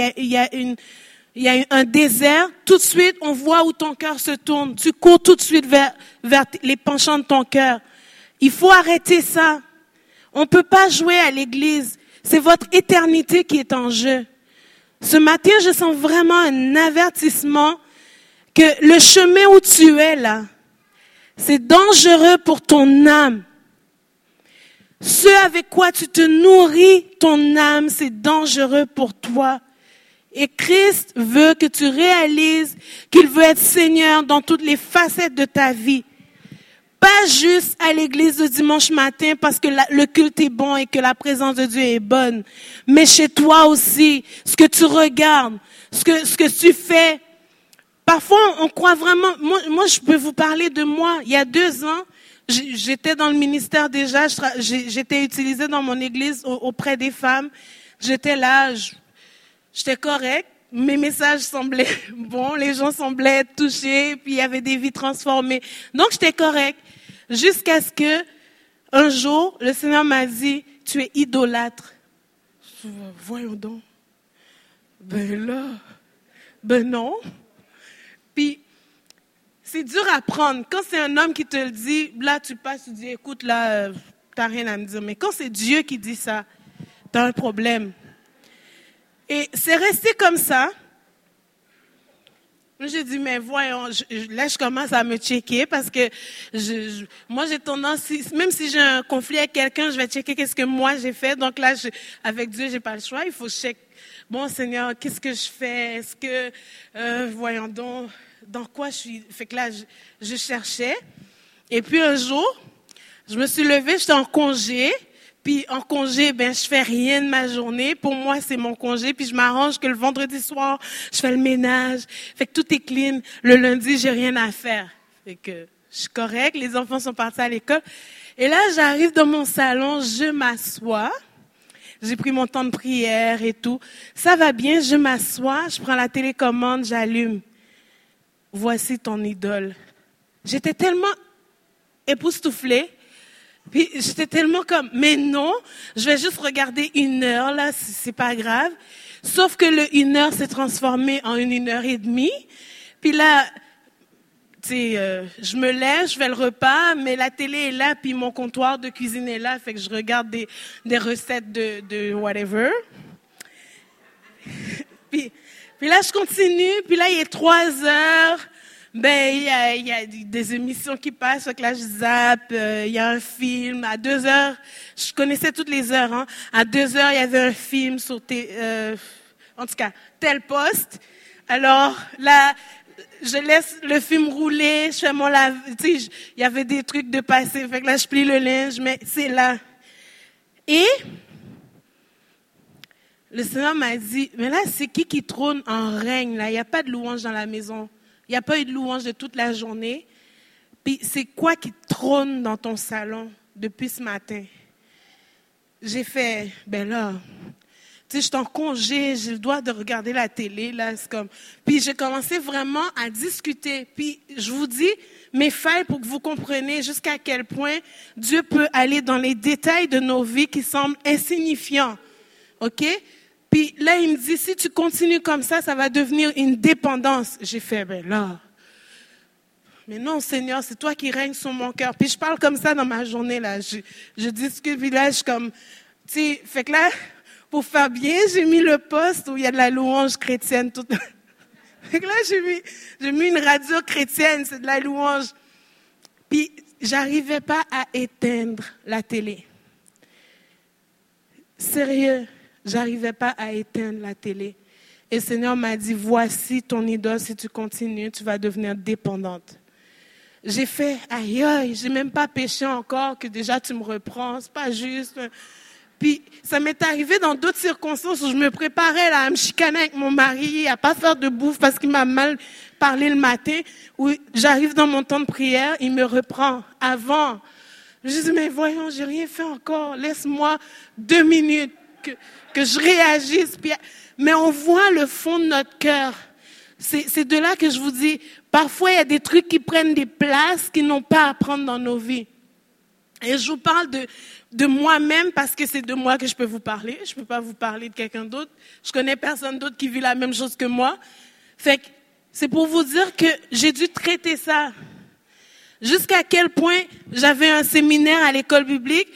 a un désert, tout de suite, on voit où ton cœur se tourne. Tu cours tout de suite vers les penchants de ton cœur. Il faut arrêter ça. On ne peut pas jouer à l'église. C'est votre éternité qui est en jeu. Ce matin, je sens vraiment un avertissement que le chemin où tu es là, c'est dangereux pour ton âme. Ce avec quoi tu te nourris, ton âme, c'est dangereux pour toi. Et Christ veut que tu réalises qu'il veut être Seigneur dans toutes les facettes de ta vie. Pas juste à l'église le dimanche matin parce que le culte est bon et que la présence de Dieu est bonne. Mais chez toi aussi, ce que tu regardes, ce que tu fais. Parfois, on croit vraiment... Moi, je peux vous parler de moi. Il y a 2 ans, j'étais dans le ministère déjà. J'étais utilisée dans mon église auprès des femmes. J'étais là, j'étais correcte. Mes messages semblaient bons. Les gens semblaient être touchés. Puis, il y avait des vies transformées. Donc, j'étais correcte. Jusqu'à ce que, un jour, le Seigneur m'a dit, tu es idolâtre. Voyons donc. Ben non. Puis, c'est dur à prendre. Quand c'est un homme qui te le dit, là, tu passes, tu dis, écoute, là, t'as rien à me dire. Mais quand c'est Dieu qui dit ça, t'as un problème. Et c'est resté comme ça. J'ai dit, mais voyons, là, je commence à me checker parce que moi, j'ai tendance, même si j'ai un conflit avec quelqu'un, je vais checker qu'est-ce que moi j'ai fait. Donc là, avec Dieu, j'ai pas le choix. Il faut checker. Bon, Seigneur, qu'est-ce que je fais? Est-ce que, voyons donc, dans quoi je suis? Fait que là, je cherchais. Et puis un jour, je me suis levée, j'étais en congé. Puis en congé, je fais rien de ma journée. Pour moi, c'est mon congé. Puis je m'arrange que le vendredi soir, je fais le ménage. Fait que tout est clean. Le lundi, j'ai rien à faire. Fait que je suis correcte. Les enfants sont partis à l'école. Et là, j'arrive dans mon salon, je m'assois. J'ai pris mon temps de prière et tout. Ça va bien, je m'assois, je prends la télécommande, j'allume. Voici ton idole. J'étais tellement époustouflée. Puis j'étais tellement comme, mais non, je vais juste regarder 1 heure, là, c'est pas grave. Sauf que le 1 heure s'est transformé en 1 heure et demie. Puis là, tu sais, je me lève, je fais le repas, mais la télé est là, puis mon comptoir de cuisine est là, fait que je regarde des recettes de whatever. Puis là, je continue, puis là, il est 3 heures. Ben, il y a des émissions qui passent, fait que là, je zappe, il y a un film. À 2 heures, je connaissais toutes les heures, hein. À 2 heures, il y avait un film sur en tout cas, tel poste. Alors, là, je laisse le film rouler, je fais mon lave, tu sais, il y avait des trucs de passé, fait que là, je plie le linge, mais c'est là. Et, le Seigneur m'a dit, mais là, c'est qui trône en règne, là? Il n'y a pas de louange dans la maison. Il n'y a pas eu de louange de toute la journée. Puis c'est quoi qui trône dans ton salon depuis ce matin? J'ai fait, ben là, tu sais, je suis en congé, j'ai le droit de regarder la télé, là, c'est comme... Puis j'ai commencé vraiment à discuter. Puis je vous dis mes failles pour que vous compreniez jusqu'à quel point Dieu peut aller dans les détails de nos vies qui semblent insignifiants. OK? Puis là, il me dit, si tu continues comme ça va devenir une dépendance. J'ai fait, ben là, mais non, Seigneur, c'est toi qui règnes sur mon cœur. Puis je parle comme ça dans ma journée, là. Je discute, puis là, je suis comme, tu sais, fait que là, pour faire bien, j'ai mis le poste où il y a de la louange chrétienne. Tout. Fait que là, j'ai mis une radio chrétienne, c'est de la louange. Puis j'arrivais pas à éteindre la télé. Sérieux. J'arrivais pas à éteindre la télé. Et le Seigneur m'a dit, voici ton idole, si tu continues, tu vas devenir dépendante. J'ai fait, aïe, j'ai même pas péché encore, que déjà tu me reprends, c'est pas juste. Puis ça m'est arrivé dans d'autres circonstances où je me préparais là, à me chicaner avec mon mari, à pas faire de bouffe parce qu'il m'a mal parlé le matin, où j'arrive dans mon temps de prière, il me reprend avant. Je dis, mais voyons, j'ai rien fait encore, laisse-moi 2 minutes. Que je réagisse. Mais on voit le fond de notre cœur. C'est de là que je vous dis, parfois il y a des trucs qui prennent des places qui n'ont pas à prendre dans nos vies. Et je vous parle de moi-même parce que c'est de moi que je peux vous parler. Je ne peux pas vous parler de quelqu'un d'autre. Je connais personne d'autre qui vit la même chose que moi. Fait que c'est pour vous dire que j'ai dû traiter ça. Jusqu'à quel point j'avais un séminaire à l'école biblique,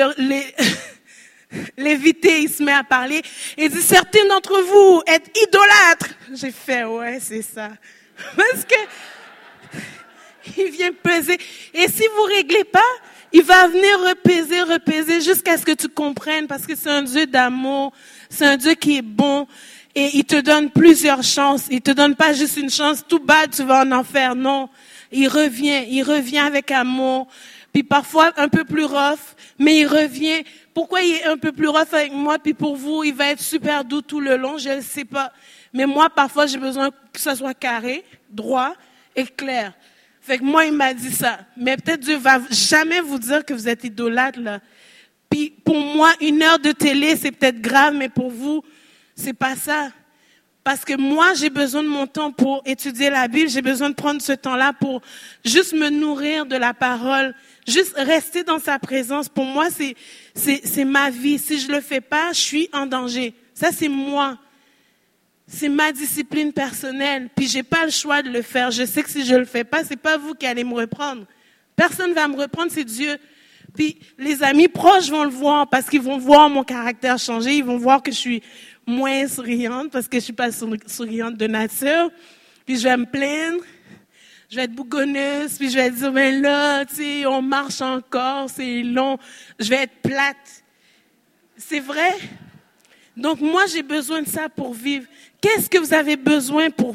L'évité, il se met à parler. Il dit, certains d'entre vous êtes idolâtres. J'ai fait, ouais, c'est ça. Parce que il vient peser. Et si vous réglez pas, il va venir repaiser jusqu'à ce que tu comprennes. Parce que c'est un Dieu d'amour. C'est un Dieu qui est bon. Et il te donne plusieurs chances. Il te donne pas juste une chance. Tout bas, tu vas en enfer. Non. Il revient avec amour. Puis parfois un peu plus rough, mais il revient. Pourquoi il est un peu plus rough avec moi, puis pour vous, il va être super doux tout le long, je ne sais pas. Mais moi, parfois, j'ai besoin que ça soit carré, droit et clair. Fait que moi, il m'a dit ça. Mais peut-être Dieu va jamais vous dire que vous êtes idolâtre, là. Puis pour moi, 1 heure de télé, c'est peut-être grave, mais pour vous, c'est pas ça. Parce que moi, j'ai besoin de mon temps pour étudier la Bible. J'ai besoin de prendre ce temps-là pour juste me nourrir de la parole. Juste rester dans sa présence. Pour moi, c'est ma vie. Si je le fais pas, je suis en danger. Ça, c'est moi. C'est ma discipline personnelle. Puis j'ai pas le choix de le faire. Je sais que si je le fais pas, c'est pas vous qui allez me reprendre. Personne va me reprendre, c'est Dieu. Puis les amis proches vont le voir parce qu'ils vont voir mon caractère changer. Ils vont voir que je suis moins souriante parce que je suis pas souriante de nature. Puis je vais me plaindre, je vais être bougonneuse, puis je vais dire, mais là, tu sais, on marche encore, c'est long. Je vais être plate. C'est vrai? Donc moi, j'ai besoin de ça pour vivre. Qu'est-ce que vous avez besoin pour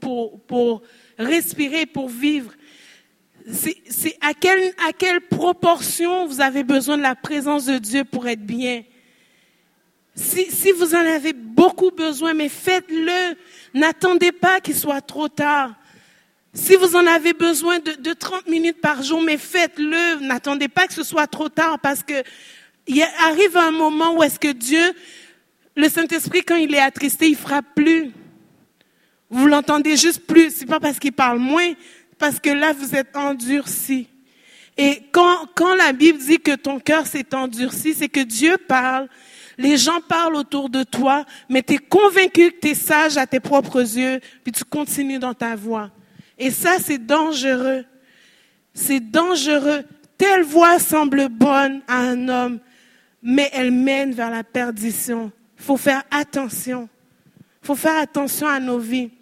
respirer, pour vivre? C'est à quelle proportion vous avez besoin de la présence de Dieu pour être bien? Si vous en avez beaucoup besoin, mais faites-le. N'attendez pas qu'il soit trop tard. Si vous en avez besoin de 30 minutes par jour, mais faites-le. N'attendez pas que ce soit trop tard parce que il arrive un moment où est-ce que Dieu, le Saint-Esprit, quand il est attristé, il frappe plus. Vous l'entendez juste plus. C'est pas parce qu'il parle moins, parce que là, vous êtes endurcis. Et quand la Bible dit que ton cœur s'est endurci, c'est que Dieu parle, les gens parlent autour de toi, mais tu es convaincu que tu es sage à tes propres yeux, puis tu continues dans ta voie. Et ça, c'est dangereux. C'est dangereux. Telle voie semble bonne à un homme, mais elle mène vers la perdition. Il faut faire attention. Il faut faire attention à nos vies.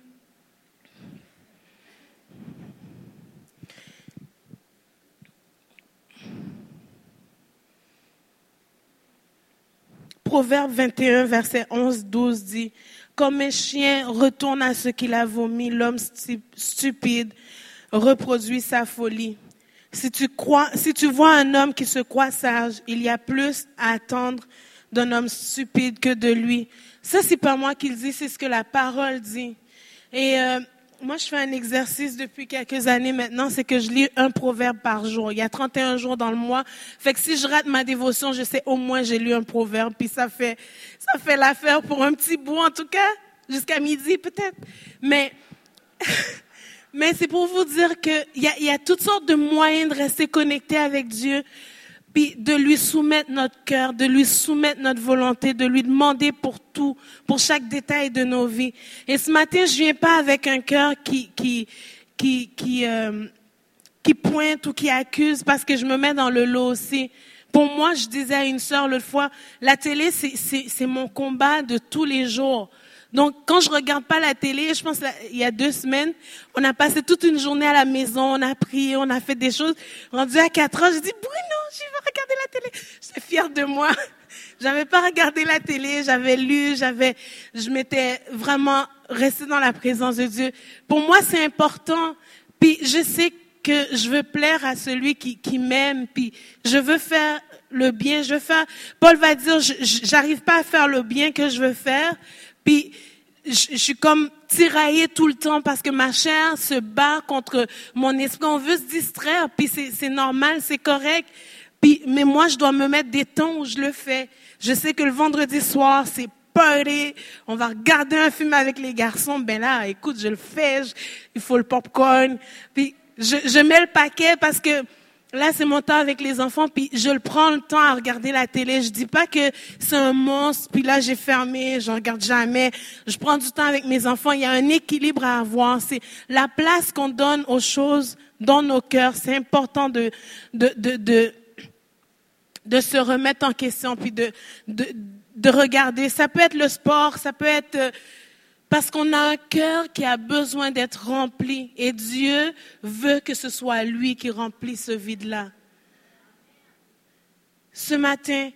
Proverbe 21, verset 11-12 dit « Comme un chien retourne à ce qu'il a vomi, l'homme stupide reproduit sa folie. Si tu vois un homme qui se croit sage, il y a plus à attendre d'un homme stupide que de lui. » Ça, c'est pas moi qui le dis, c'est ce que la parole dit. Et moi, je fais un exercice depuis quelques années maintenant, c'est que je lis un proverbe par jour. Il y a 31 jours dans le mois. Fait que si je rate ma dévotion, je sais au moins j'ai lu un proverbe. Puis ça fait l'affaire pour un petit bout, en tout cas, jusqu'à midi peut-être. Mais c'est pour vous dire qu'il y a toutes sortes de moyens de rester connecté avec Dieu. Puis de lui soumettre notre cœur, de lui soumettre notre volonté, de lui demander pour tout, pour chaque détail de nos vies. Et ce matin, je viens pas avec un cœur qui pointe ou qui accuse parce que je me mets dans le lot aussi. Pour moi, je disais à une sœur l'autre fois, la télé, c'est mon combat de tous les jours. Donc, quand je regarde pas la télé, je pense il y a 2 semaines, on a passé toute une journée à la maison, on a prié, on a fait des choses. Rendu à 4 heures, je dis Bruno, je vais regarder la télé. J'étais fière de moi. J'avais pas regardé la télé, j'avais lu, je m'étais vraiment restée dans la présence de Dieu. Pour moi, c'est important. Puis je sais que je veux plaire à celui qui m'aime, puis je veux faire le bien, Paul va dire, j'arrive pas à faire le bien que je veux faire. Puis, je suis comme tiraillée tout le temps parce que ma chair se bat contre mon esprit. On veut se distraire, puis c'est normal, c'est correct. Puis, mais moi, je dois me mettre des temps où je le fais. Je sais que le vendredi soir, c'est party. On va regarder un film avec les garçons. Ben là, écoute, je le fais. Il faut le popcorn. Puis, je mets le paquet parce que là, c'est mon temps avec les enfants, puis je le prends le temps à regarder la télé. Je dis pas que c'est un monstre, puis là, j'ai fermé, je regarde jamais. Je prends du temps avec mes enfants. Il y a un équilibre à avoir. C'est la place qu'on donne aux choses dans nos cœurs. C'est important de se remettre en question, puis de regarder. Ça peut être le sport, ça peut être parce qu'on a un cœur qui a besoin d'être rempli. Et Dieu veut que ce soit lui qui remplit ce vide-là. Ce matin,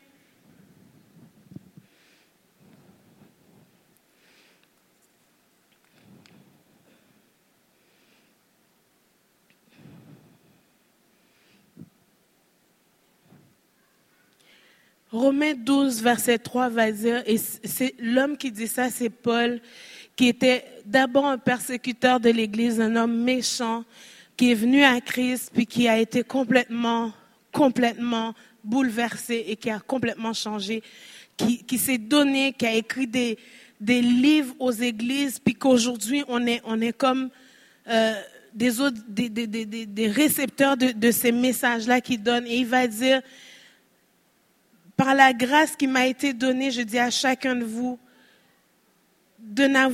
Romains 12, verset 3 va dire, et c'est l'homme qui dit ça, c'est Paul, qui était d'abord un persécuteur de l'Église, un homme méchant, qui est venu à Christ, puis qui a été complètement bouleversé et qui a complètement changé, qui s'est donné, qui a écrit des livres aux églises, puis qu'aujourd'hui, on est comme des récepteurs de ces messages-là qu'il donne. Et il va dire, par la grâce qui m'a été donnée, je dis à chacun de vous, de ne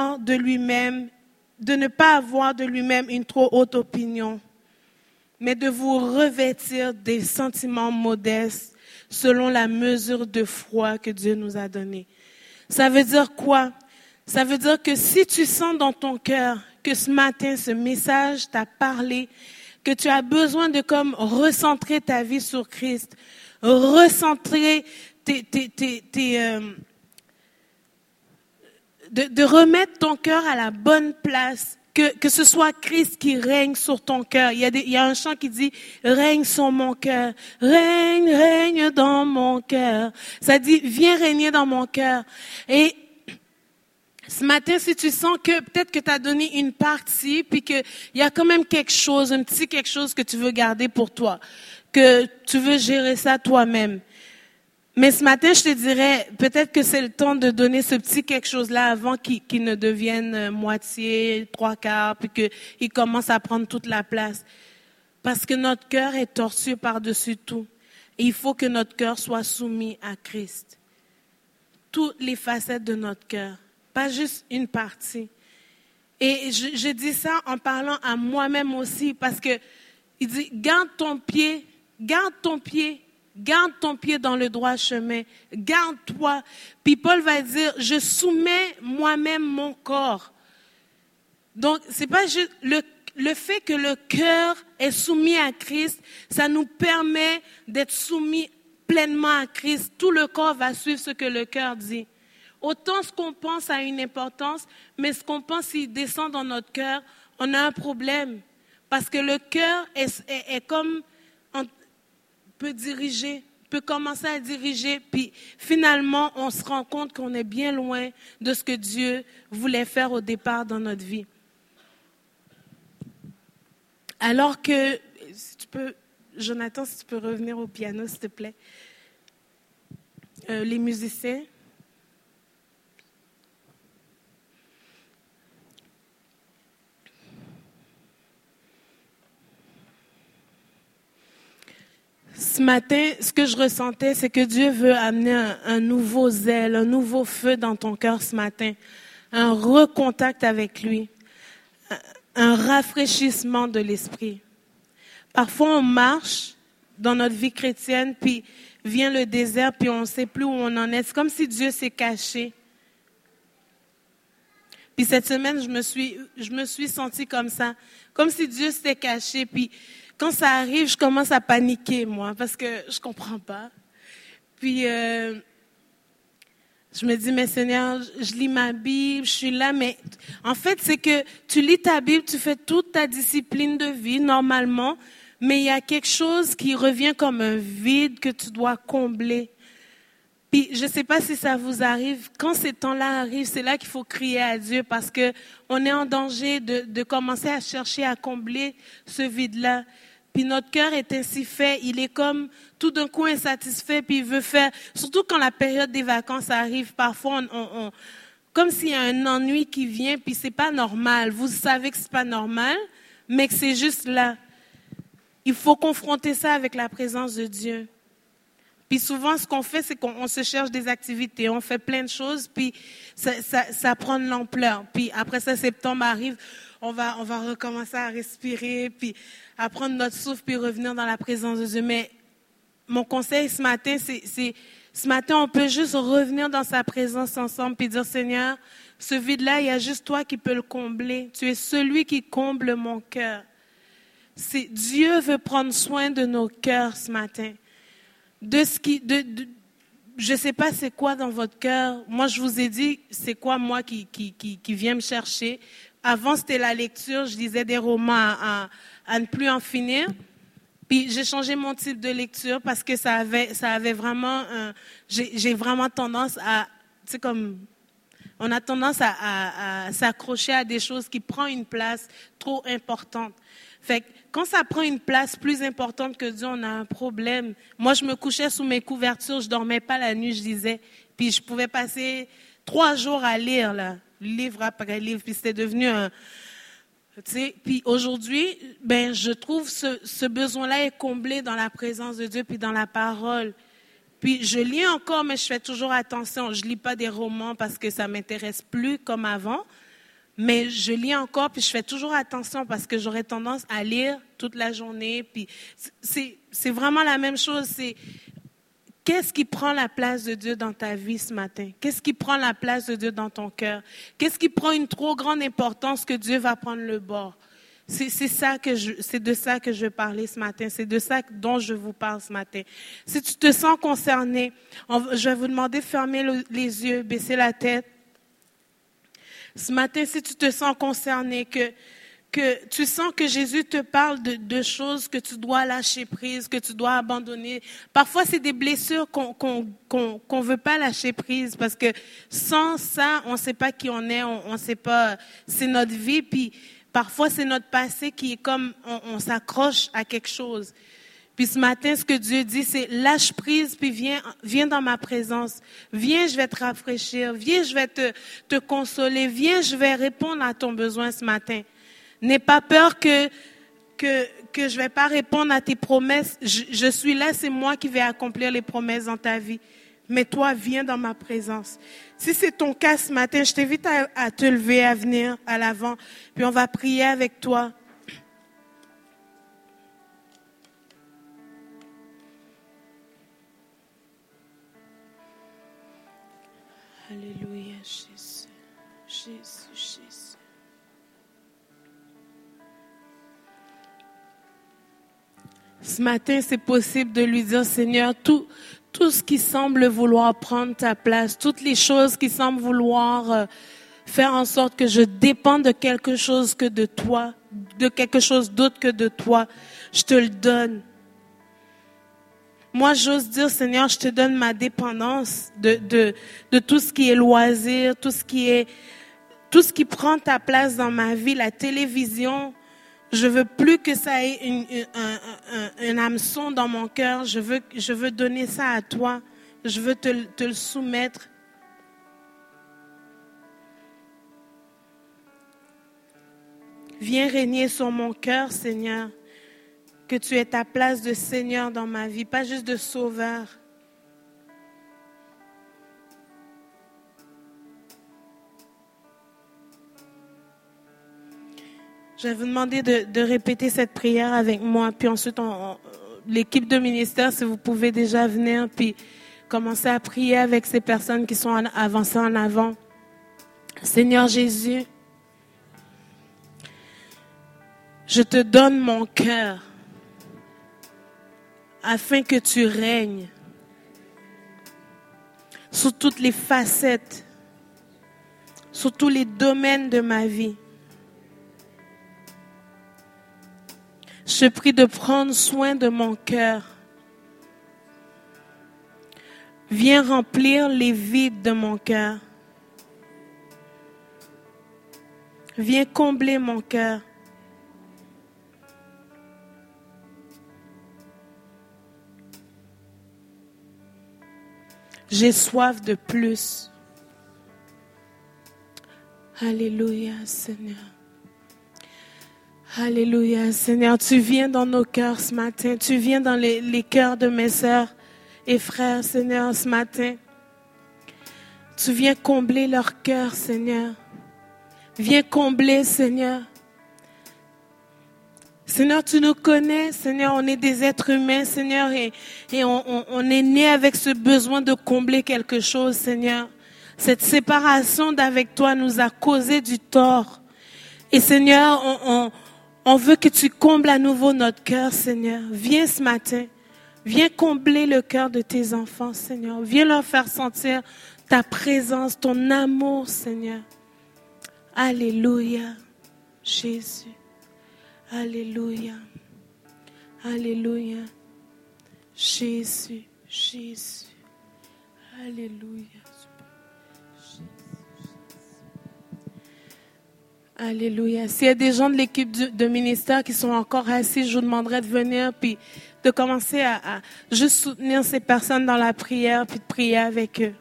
pas avoir de lui-même une trop haute opinion, mais de vous revêtir des sentiments modestes selon la mesure de foi que Dieu nous a donnée. Ça veut dire quoi? Ça veut dire que si tu sens dans ton cœur que ce matin, ce message t'a parlé, que tu as besoin de comme recentrer ta vie sur Christ, recentrer de remettre ton cœur à la bonne place, que ce soit Christ qui règne sur ton cœur. Il y a un chant qui dit « Règne sur mon cœur, règne dans mon cœur ». Ça dit « Viens régner dans mon cœur ». Et ce matin, si tu sens que peut-être que tu as donné une partie, puis qu'il y a quand même quelque chose, un petit quelque chose que tu veux garder pour toi, que tu veux gérer ça toi-même, Mais ce matin, je te dirais, peut-être que c'est le temps de donner ce petit quelque chose-là avant qu'il ne devienne moitié, trois quarts, puis qu'il commence à prendre toute la place. Parce que notre cœur est tortu par-dessus tout. Et il faut que notre cœur soit soumis à Christ. Toutes les facettes de notre cœur, pas juste une partie. Et je dis ça en parlant à moi-même aussi, parce que il dit, garde ton pied dans le droit chemin, garde-toi. Puis Paul va dire, je soumets moi-même mon corps. Donc, c'est pas juste le fait que le cœur est soumis à Christ, ça nous permet d'être soumis pleinement à Christ. Tout le corps va suivre ce que le cœur dit. Autant ce qu'on pense a une importance, mais ce qu'on pense, s'il descend dans notre cœur, on a un problème. Parce que le cœur est comme, peut commencer à diriger, puis finalement, on se rend compte qu'on est bien loin de ce que Dieu voulait faire au départ dans notre vie. Alors que, si tu peux, Jonathan, si tu peux revenir au piano, s'il te plaît. Les musiciens. Ce matin, ce que je ressentais, c'est que Dieu veut amener un nouveau zèle, un nouveau feu dans ton cœur ce matin, un recontact avec lui, un rafraîchissement de l'esprit. Parfois, on marche dans notre vie chrétienne, puis vient le désert, puis on ne sait plus où on en est. C'est comme si Dieu s'est caché. Puis cette semaine, je me suis sentie comme ça, comme si Dieu s'était caché, puis quand ça arrive, je commence à paniquer, moi, parce que je comprends pas. Puis, je me dis, mais Seigneur, je lis ma Bible, je suis là, mais en fait, c'est que tu lis ta Bible, tu fais toute ta discipline de vie, normalement, mais il y a quelque chose qui revient comme un vide que tu dois combler. Puis, je ne sais pas si ça vous arrive, quand ces temps-là arrivent, c'est là qu'il faut crier à Dieu, parce que on est en danger de commencer à chercher à combler ce vide-là. Puis notre cœur est ainsi fait, il est comme tout d'un coup insatisfait, puis il veut faire, surtout quand la période des vacances arrive, parfois comme s'il y a un ennui qui vient, puis c'est pas normal. Vous savez que c'est pas normal, mais que c'est juste là. Il faut confronter ça avec la présence de Dieu. Puis souvent, ce qu'on fait, c'est qu'on se cherche des activités, on fait plein de choses, puis ça prend de l'ampleur. Puis après ça, septembre arrive, on va recommencer à respirer, puis à prendre notre souffle, puis revenir dans la présence de Dieu. Mais mon conseil ce matin, c'est ce matin, on peut juste revenir dans sa présence ensemble, puis dire, Seigneur, ce vide-là, il y a juste toi qui peux le combler. Tu es celui qui comble mon cœur. Dieu veut prendre soin de nos cœurs ce matin. Je ne sais pas c'est quoi dans votre cœur. Moi, je vous ai dit, c'est quoi moi qui vient me chercher. Avant, c'était la lecture. Je lisais des romans à ne plus en finir. Puis, j'ai changé mon type de lecture parce que ça avait vraiment... j'ai vraiment tendance à... Tu sais, comme... On a tendance à s'accrocher à des choses qui prennent une place trop importante. Fait que quand ça prend une place plus importante que Dieu, on a un problème. Moi, je me couchais sous mes couvertures, je dormais pas la nuit, je lisais. Puis je pouvais passer 3 jours à lire, là, livre après livre. Puis c'était devenu un... Tu sais, puis aujourd'hui, je trouve ce besoin-là est comblé dans la présence de Dieu puis dans la parole. Puis je lis encore, mais je fais toujours attention. Je lis pas des romans parce que ça m'intéresse plus comme avant. Mais je lis encore, puis je fais toujours attention parce que j'aurais tendance à lire toute la journée. Puis c'est vraiment la même chose. C'est qu'est-ce qui prend la place de Dieu dans ta vie ce matin? Qu'est-ce qui prend la place de Dieu dans ton cœur? Qu'est-ce qui prend une trop grande importance que Dieu va prendre le bord? C'est de ça que je veux parler ce matin. C'est de ça dont je vous parle ce matin. Si tu te sens concerné, je vais vous demander de fermer les yeux, baisser la tête. Ce matin, si tu te sens concerné, que tu sens que Jésus te parle de choses que tu dois lâcher prise, que tu dois abandonner. Parfois, c'est des blessures qu'on veut pas lâcher prise parce que sans ça, on sait pas qui on est, on sait pas, c'est notre vie, puis parfois c'est notre passé qui est comme, on s'accroche à quelque chose. Puis ce matin, ce que Dieu dit, c'est lâche prise, puis viens dans ma présence. Viens, je vais te rafraîchir. Viens, je vais te consoler. Viens, je vais répondre à ton besoin ce matin. N'aie pas peur que je vais pas répondre à tes promesses. Je suis là, c'est moi qui vais accomplir les promesses dans ta vie. Mais toi, viens dans ma présence. Si c'est ton cas ce matin, je t'invite à te lever, à venir à l'avant. Puis on va prier avec toi. Alléluia, Jésus, Jésus, Jésus. Ce matin, c'est possible de lui dire, Seigneur, tout ce qui semble vouloir prendre ta place, toutes les choses qui semblent vouloir faire en sorte que je dépende de quelque chose que de toi, de quelque chose d'autre que de toi, je te le donne. Moi, j'ose dire, Seigneur, je te donne ma dépendance de tout ce qui est loisir, tout ce qui prend ta place dans ma vie, la télévision. Je veux plus que ça ait un hameçon dans mon cœur. Je veux donner ça à toi. Je veux te le soumettre. Viens régner sur mon cœur, Seigneur. Que tu aies ta place de Seigneur dans ma vie, pas juste de Sauveur. Je vais vous demander de répéter cette prière avec moi, puis ensuite l'équipe de ministère, si vous pouvez déjà venir, puis commencer à prier avec ces personnes qui sont avancées en avant. Seigneur Jésus, je te donne mon cœur afin que tu règnes sur toutes les facettes, sur tous les domaines de ma vie. Je te prie de prendre soin de mon cœur. Viens remplir les vides de mon cœur. Viens combler mon cœur. J'ai soif de plus. Alléluia, Seigneur. Alléluia, Seigneur. Tu viens dans nos cœurs ce matin. Tu viens dans les cœurs de mes sœurs et frères, Seigneur, ce matin. Tu viens combler leur cœur, Seigneur. Viens combler, Seigneur. Seigneur, tu nous connais, Seigneur, on est des êtres humains, Seigneur, et on est né avec ce besoin de combler quelque chose, Seigneur. Cette séparation d'avec toi nous a causé du tort. Et Seigneur, on veut que tu combles à nouveau notre cœur, Seigneur. Viens ce matin, viens combler le cœur de tes enfants, Seigneur. Viens leur faire sentir ta présence, ton amour, Seigneur. Alléluia, Jésus. Alléluia. Alléluia. Jésus, Jésus. Alléluia. Alléluia. S'il y a des gens de l'équipe de ministère qui sont encore assis, je vous demanderai de venir puis de commencer à juste soutenir ces personnes dans la prière puis de prier avec eux.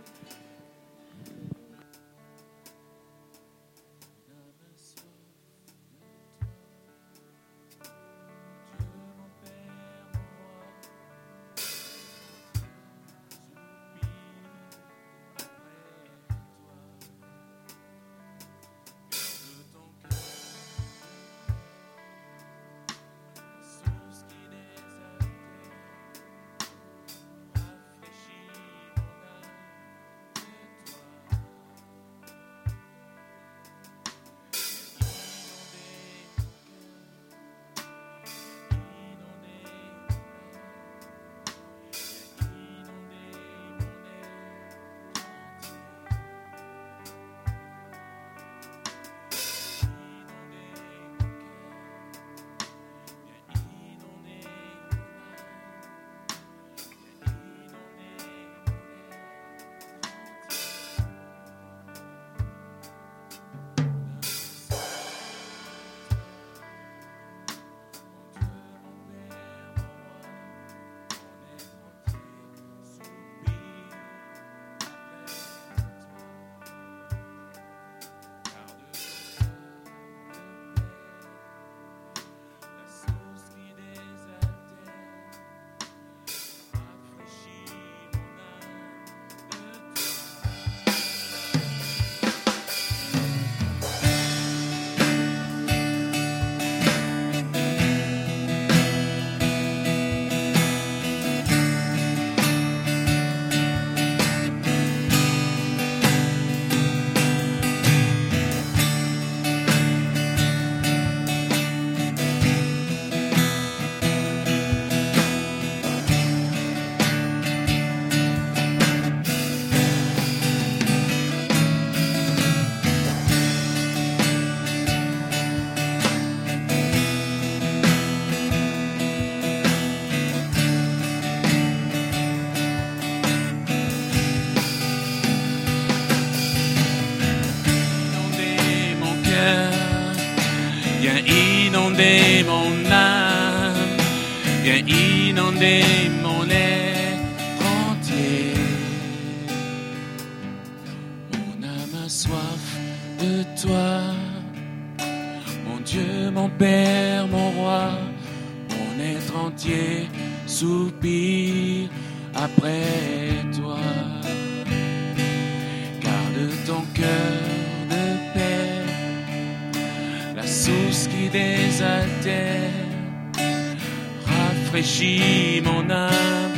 inonder mon âme, viens inonder mon être entier. Mon âme a soif de toi, mon Dieu, mon Père, mon Roi, mon être entier soupire après toi. Garde ton cœur de paix, la source qui désaltère, rafraîchis mon âme